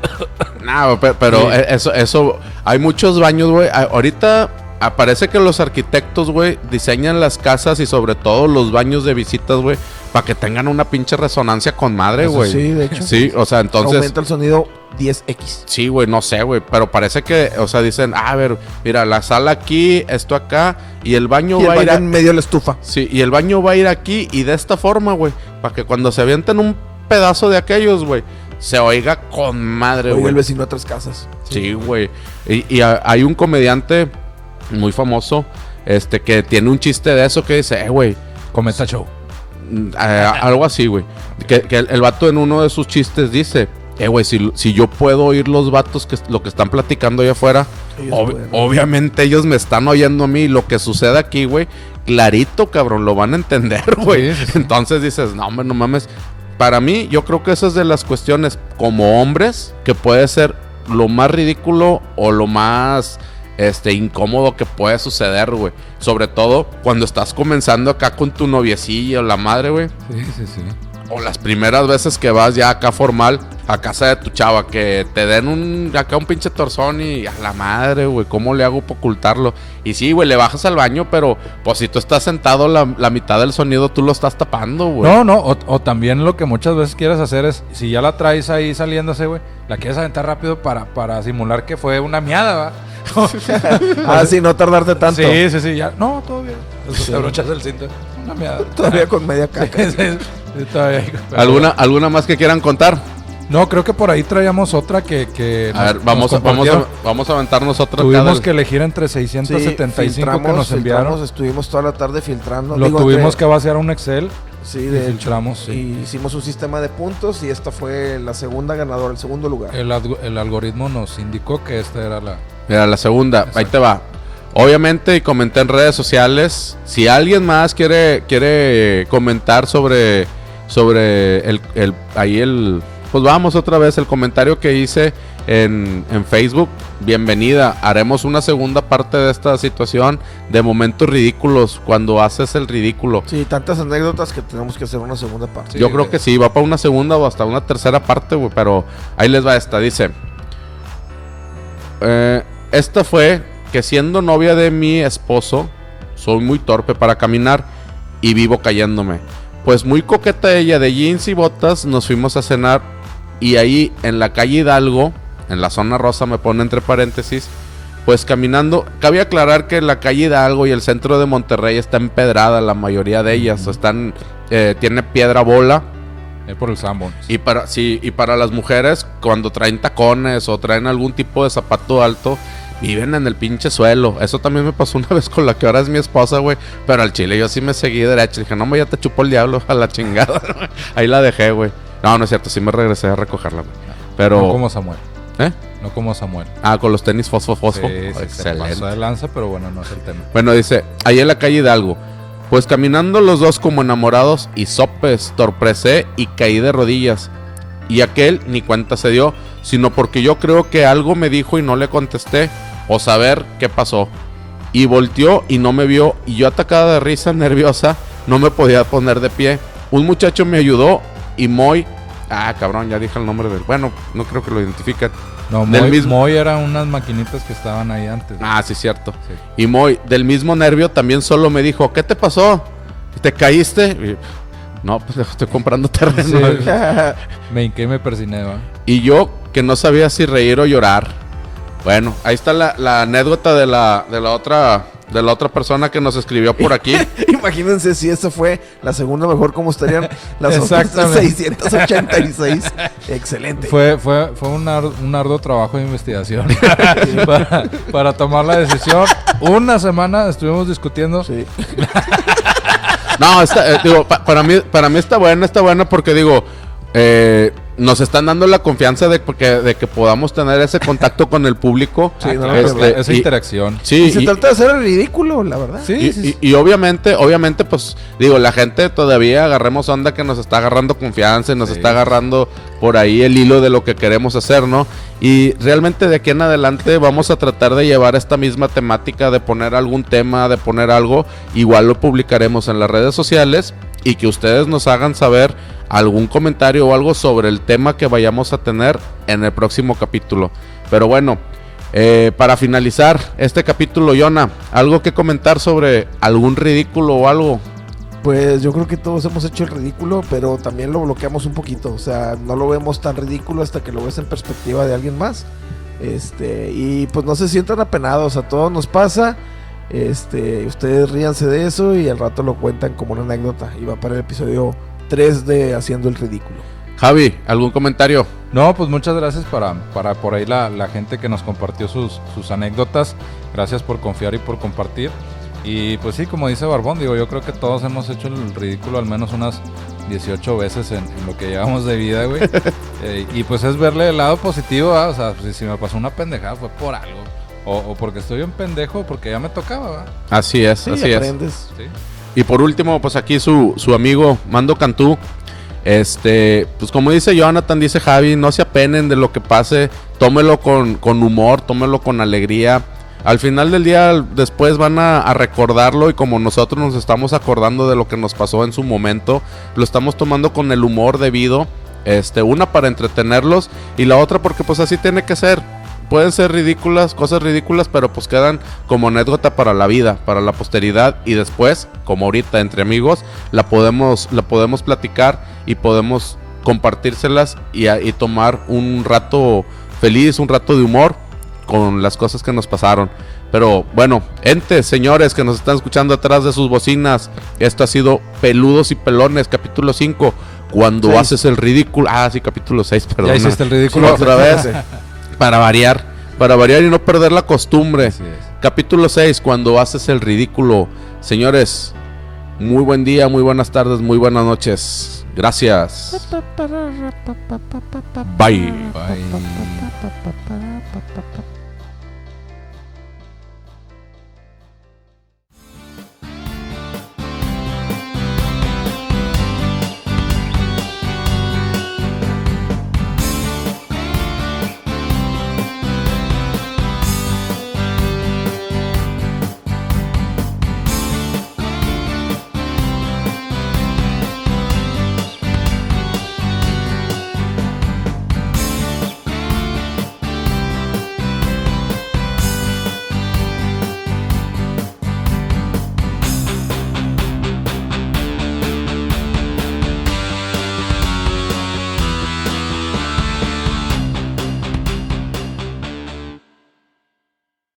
Speaker 1: No, pero sí. Eso, hay muchos baños, güey. Ahorita parece que los arquitectos, güey, diseñan las casas y sobre todo los baños de visitas, güey, para que tengan una pinche resonancia con madre, güey.
Speaker 2: Sí, de hecho.
Speaker 1: Sí, o sea, entonces...
Speaker 2: Aumenta el sonido 10x.
Speaker 1: Sí, güey, no sé, güey, pero parece que, o sea, dicen, a ver, mira, la sala aquí, esto acá, y el baño va a ir...
Speaker 2: en medio de la estufa.
Speaker 1: Sí, y el baño va a ir aquí y de esta forma, güey, para que cuando se avienten un pedazo de aquellos, güey, se oiga con madre, güey.
Speaker 2: Oiga el vecino a 3 casas.
Speaker 1: Sí, güey. Y hay un comediante muy famoso, que tiene un chiste de eso que dice, güey,
Speaker 3: Cometa Show.
Speaker 1: Algo así, güey. Que el vato en uno de sus chistes dice, güey, si yo puedo oír los vatos lo que están platicando allá afuera, obviamente ellos me están oyendo a mí. Lo que sucede aquí, güey, clarito, cabrón, lo van a entender, güey. Sí. Entonces dices, no, hombre, no mames. Para mí, yo creo que esa es de las cuestiones como hombres que puede ser lo más ridículo o lo más incómodo que puede suceder, güey. Sobre todo cuando estás comenzando acá con tu noviecilla o la madre, güey.
Speaker 3: Sí.
Speaker 1: O las primeras veces que vas ya acá formal a casa de tu chava, que te den acá un pinche torzón y a la madre, güey, ¿cómo le hago para ocultarlo? Y sí, güey, le bajas al baño, pero pues si tú estás sentado, la mitad del sonido tú lo estás tapando, güey.
Speaker 3: No, o también lo que muchas veces quieres hacer es, si ya la traes ahí saliéndose, güey, la quieres aventar rápido para simular que fue una miada, ¿va?
Speaker 2: Sí, no tardarte tanto.
Speaker 3: Sí, ya. No, todo bien. Te abrochas el cinto. Una miada.
Speaker 2: Todavía con media caca.
Speaker 3: Sí, todavía.
Speaker 1: ¿Alguna más que quieran contar?
Speaker 3: No, creo que por ahí traíamos otra que
Speaker 1: a ver, vamos a aventarnos otra.
Speaker 3: Tuvimos que elegir entre 675 que nos enviaron.
Speaker 2: Estuvimos toda la tarde filtrando.
Speaker 3: Tuvimos que vaciar un Excel.
Speaker 2: Sí, de
Speaker 3: filtramos.
Speaker 2: Sí. Y hicimos un sistema de puntos y esta fue la segunda ganadora, el segundo lugar.
Speaker 3: El algoritmo nos indicó que esta era
Speaker 1: la segunda. Exacto. Ahí te va. Obviamente, y comenté en redes sociales. Si alguien más quiere comentar sobre pues vamos otra vez, el comentario que hice en Facebook, bienvenida. Haremos una segunda parte de esta situación de momentos ridículos, cuando haces el ridículo.
Speaker 2: Sí, tantas anécdotas que tenemos que hacer una segunda parte.
Speaker 3: Sí,
Speaker 1: Yo creo que sí, va para una segunda o hasta una tercera parte, güey, pero ahí les va esta, dice... esta fue que siendo novia de mi esposo, soy muy torpe para caminar y vivo cayéndome. Pues muy coqueta ella, de jeans y botas, nos fuimos a cenar y ahí en la calle Hidalgo, en la zona rosa, me pone entre paréntesis, pues caminando. Cabe aclarar que la calle Hidalgo y el centro de Monterrey está empedrada, la mayoría de ellas están, tiene piedra bola.
Speaker 3: Por el Sanborns.
Speaker 1: Y para las mujeres, cuando traen tacones o traen algún tipo de zapato alto, viven en el pinche suelo. Eso también me pasó una vez con la que ahora es mi esposa, güey. Pero al chile yo sí me seguí derecho. Dije, no, ya te chupó el diablo a la chingada. Ahí la dejé, güey. No, no es cierto, sí me regresé a recogerla, güey. Pero...
Speaker 3: No como Samuel.
Speaker 1: ¿Eh?
Speaker 3: No como Samuel.
Speaker 1: Ah, con los tenis fosfo.
Speaker 3: Sí, se pasó de lanza, pero bueno, no es el tema.
Speaker 1: Bueno, dice, ahí en la calle Hidalgo. Pues caminando los dos como enamorados y sopes, torpecé y caí de rodillas. Y aquel ni cuenta se dio, sino porque yo creo que algo me dijo y no le contesté, o saber qué pasó. Y volteó y no me vio, y yo atacada de risa, nerviosa, no me podía poner de pie. Un muchacho me ayudó y Moy... Ah, cabrón, ya dije el nombre del... Bueno, no creo que lo identifiquen.
Speaker 3: No, Moy eran unas maquinitas que estaban ahí antes.
Speaker 1: Ah, sí, cierto. Sí. Y Moy, del mismo nervio, también solo me dijo, ¿qué te pasó? ¿Te caíste? Y, no, pues estoy comprando terreno. Sí.
Speaker 3: Me hinqué y me persiné, ¿va?
Speaker 1: Y yo, que no sabía si reír o llorar. Bueno, ahí está la anécdota de la otra persona que nos escribió por aquí.
Speaker 2: Imagínense si esa fue la segunda mejor, ¿cómo estarían las otras 686? Excelente.
Speaker 3: Fue un arduo trabajo de investigación para tomar la decisión. Una semana estuvimos discutiendo.
Speaker 2: Sí.
Speaker 1: No, digo, para mí está buena porque digo, nos están dando la confianza de que podamos tener ese contacto con el público.
Speaker 3: Sí, esa interacción.
Speaker 2: Sí, y se trata de hacer el ridículo, la verdad.
Speaker 1: Sí, y obviamente, pues, digo, la gente todavía agarremos onda que nos está agarrando confianza y nos está agarrando por ahí el hilo de lo que queremos hacer, ¿no? Y realmente de aquí en adelante vamos a tratar de llevar esta misma temática, de poner algún tema, de poner algo. Igual lo publicaremos en las redes sociales y que ustedes nos hagan saber algún comentario o algo sobre el tema que vayamos a tener en el próximo capítulo. Pero bueno, para finalizar este capítulo, Yona, ¿algo que comentar sobre algún ridículo o algo?
Speaker 2: Pues yo creo que todos hemos hecho el ridículo, pero también lo bloqueamos un poquito. O sea, no lo vemos tan ridículo hasta que lo ves en perspectiva de alguien más. Y pues no se sientan apenados, a todos nos pasa. Ustedes ríanse de eso y al rato lo cuentan como una anécdota. Y va para el episodio 3 de Haciendo el Ridículo.
Speaker 1: Javi, ¿algún comentario?
Speaker 3: No, pues muchas gracias para por ahí la gente que nos compartió sus anécdotas. Gracias por confiar y por compartir. Y pues sí, como dice Barbón, digo, yo creo que todos hemos hecho el ridículo al menos unas 18 veces en lo que llevamos de vida, güey. Y pues es verle el lado positivo, ¿va? O sea, si me pasó una pendejada fue por algo. O porque estoy un pendejo, porque ya me tocaba, ¿va?
Speaker 1: Así es,
Speaker 2: sí,
Speaker 1: así
Speaker 2: aprendes.
Speaker 1: Es. Sí. Y por último, pues aquí su amigo Mando Cantú. Pues como dice Jonathan, dice Javi, no se apenen de lo que pase, tómelo con humor, tómelo con alegría. Al final del día, después van a recordarlo y como nosotros nos estamos acordando de lo que nos pasó en su momento, lo estamos tomando con el humor debido, una para entretenerlos y la otra porque pues así tiene que ser. Pueden ser ridículas, cosas ridículas, pero pues quedan como anécdota para la vida, para la posteridad y después, como ahorita entre amigos, la podemos platicar y podemos compartírselas y tomar un rato feliz, un rato de humor con las cosas que nos pasaron. Pero bueno, entes, señores que nos están escuchando atrás de sus bocinas, esto ha sido Peludos y Pelones, capítulo 5, cuando 6. Haces el ridículo. Ah, sí, capítulo 6, perdón.
Speaker 3: Ya hiciste el ridículo
Speaker 1: otra vez. Para variar y no perder la costumbre. Capítulo 6, cuando haces el ridículo. Señores, muy buen día, muy buenas tardes, muy buenas noches. Gracias. Bye.
Speaker 3: Bye.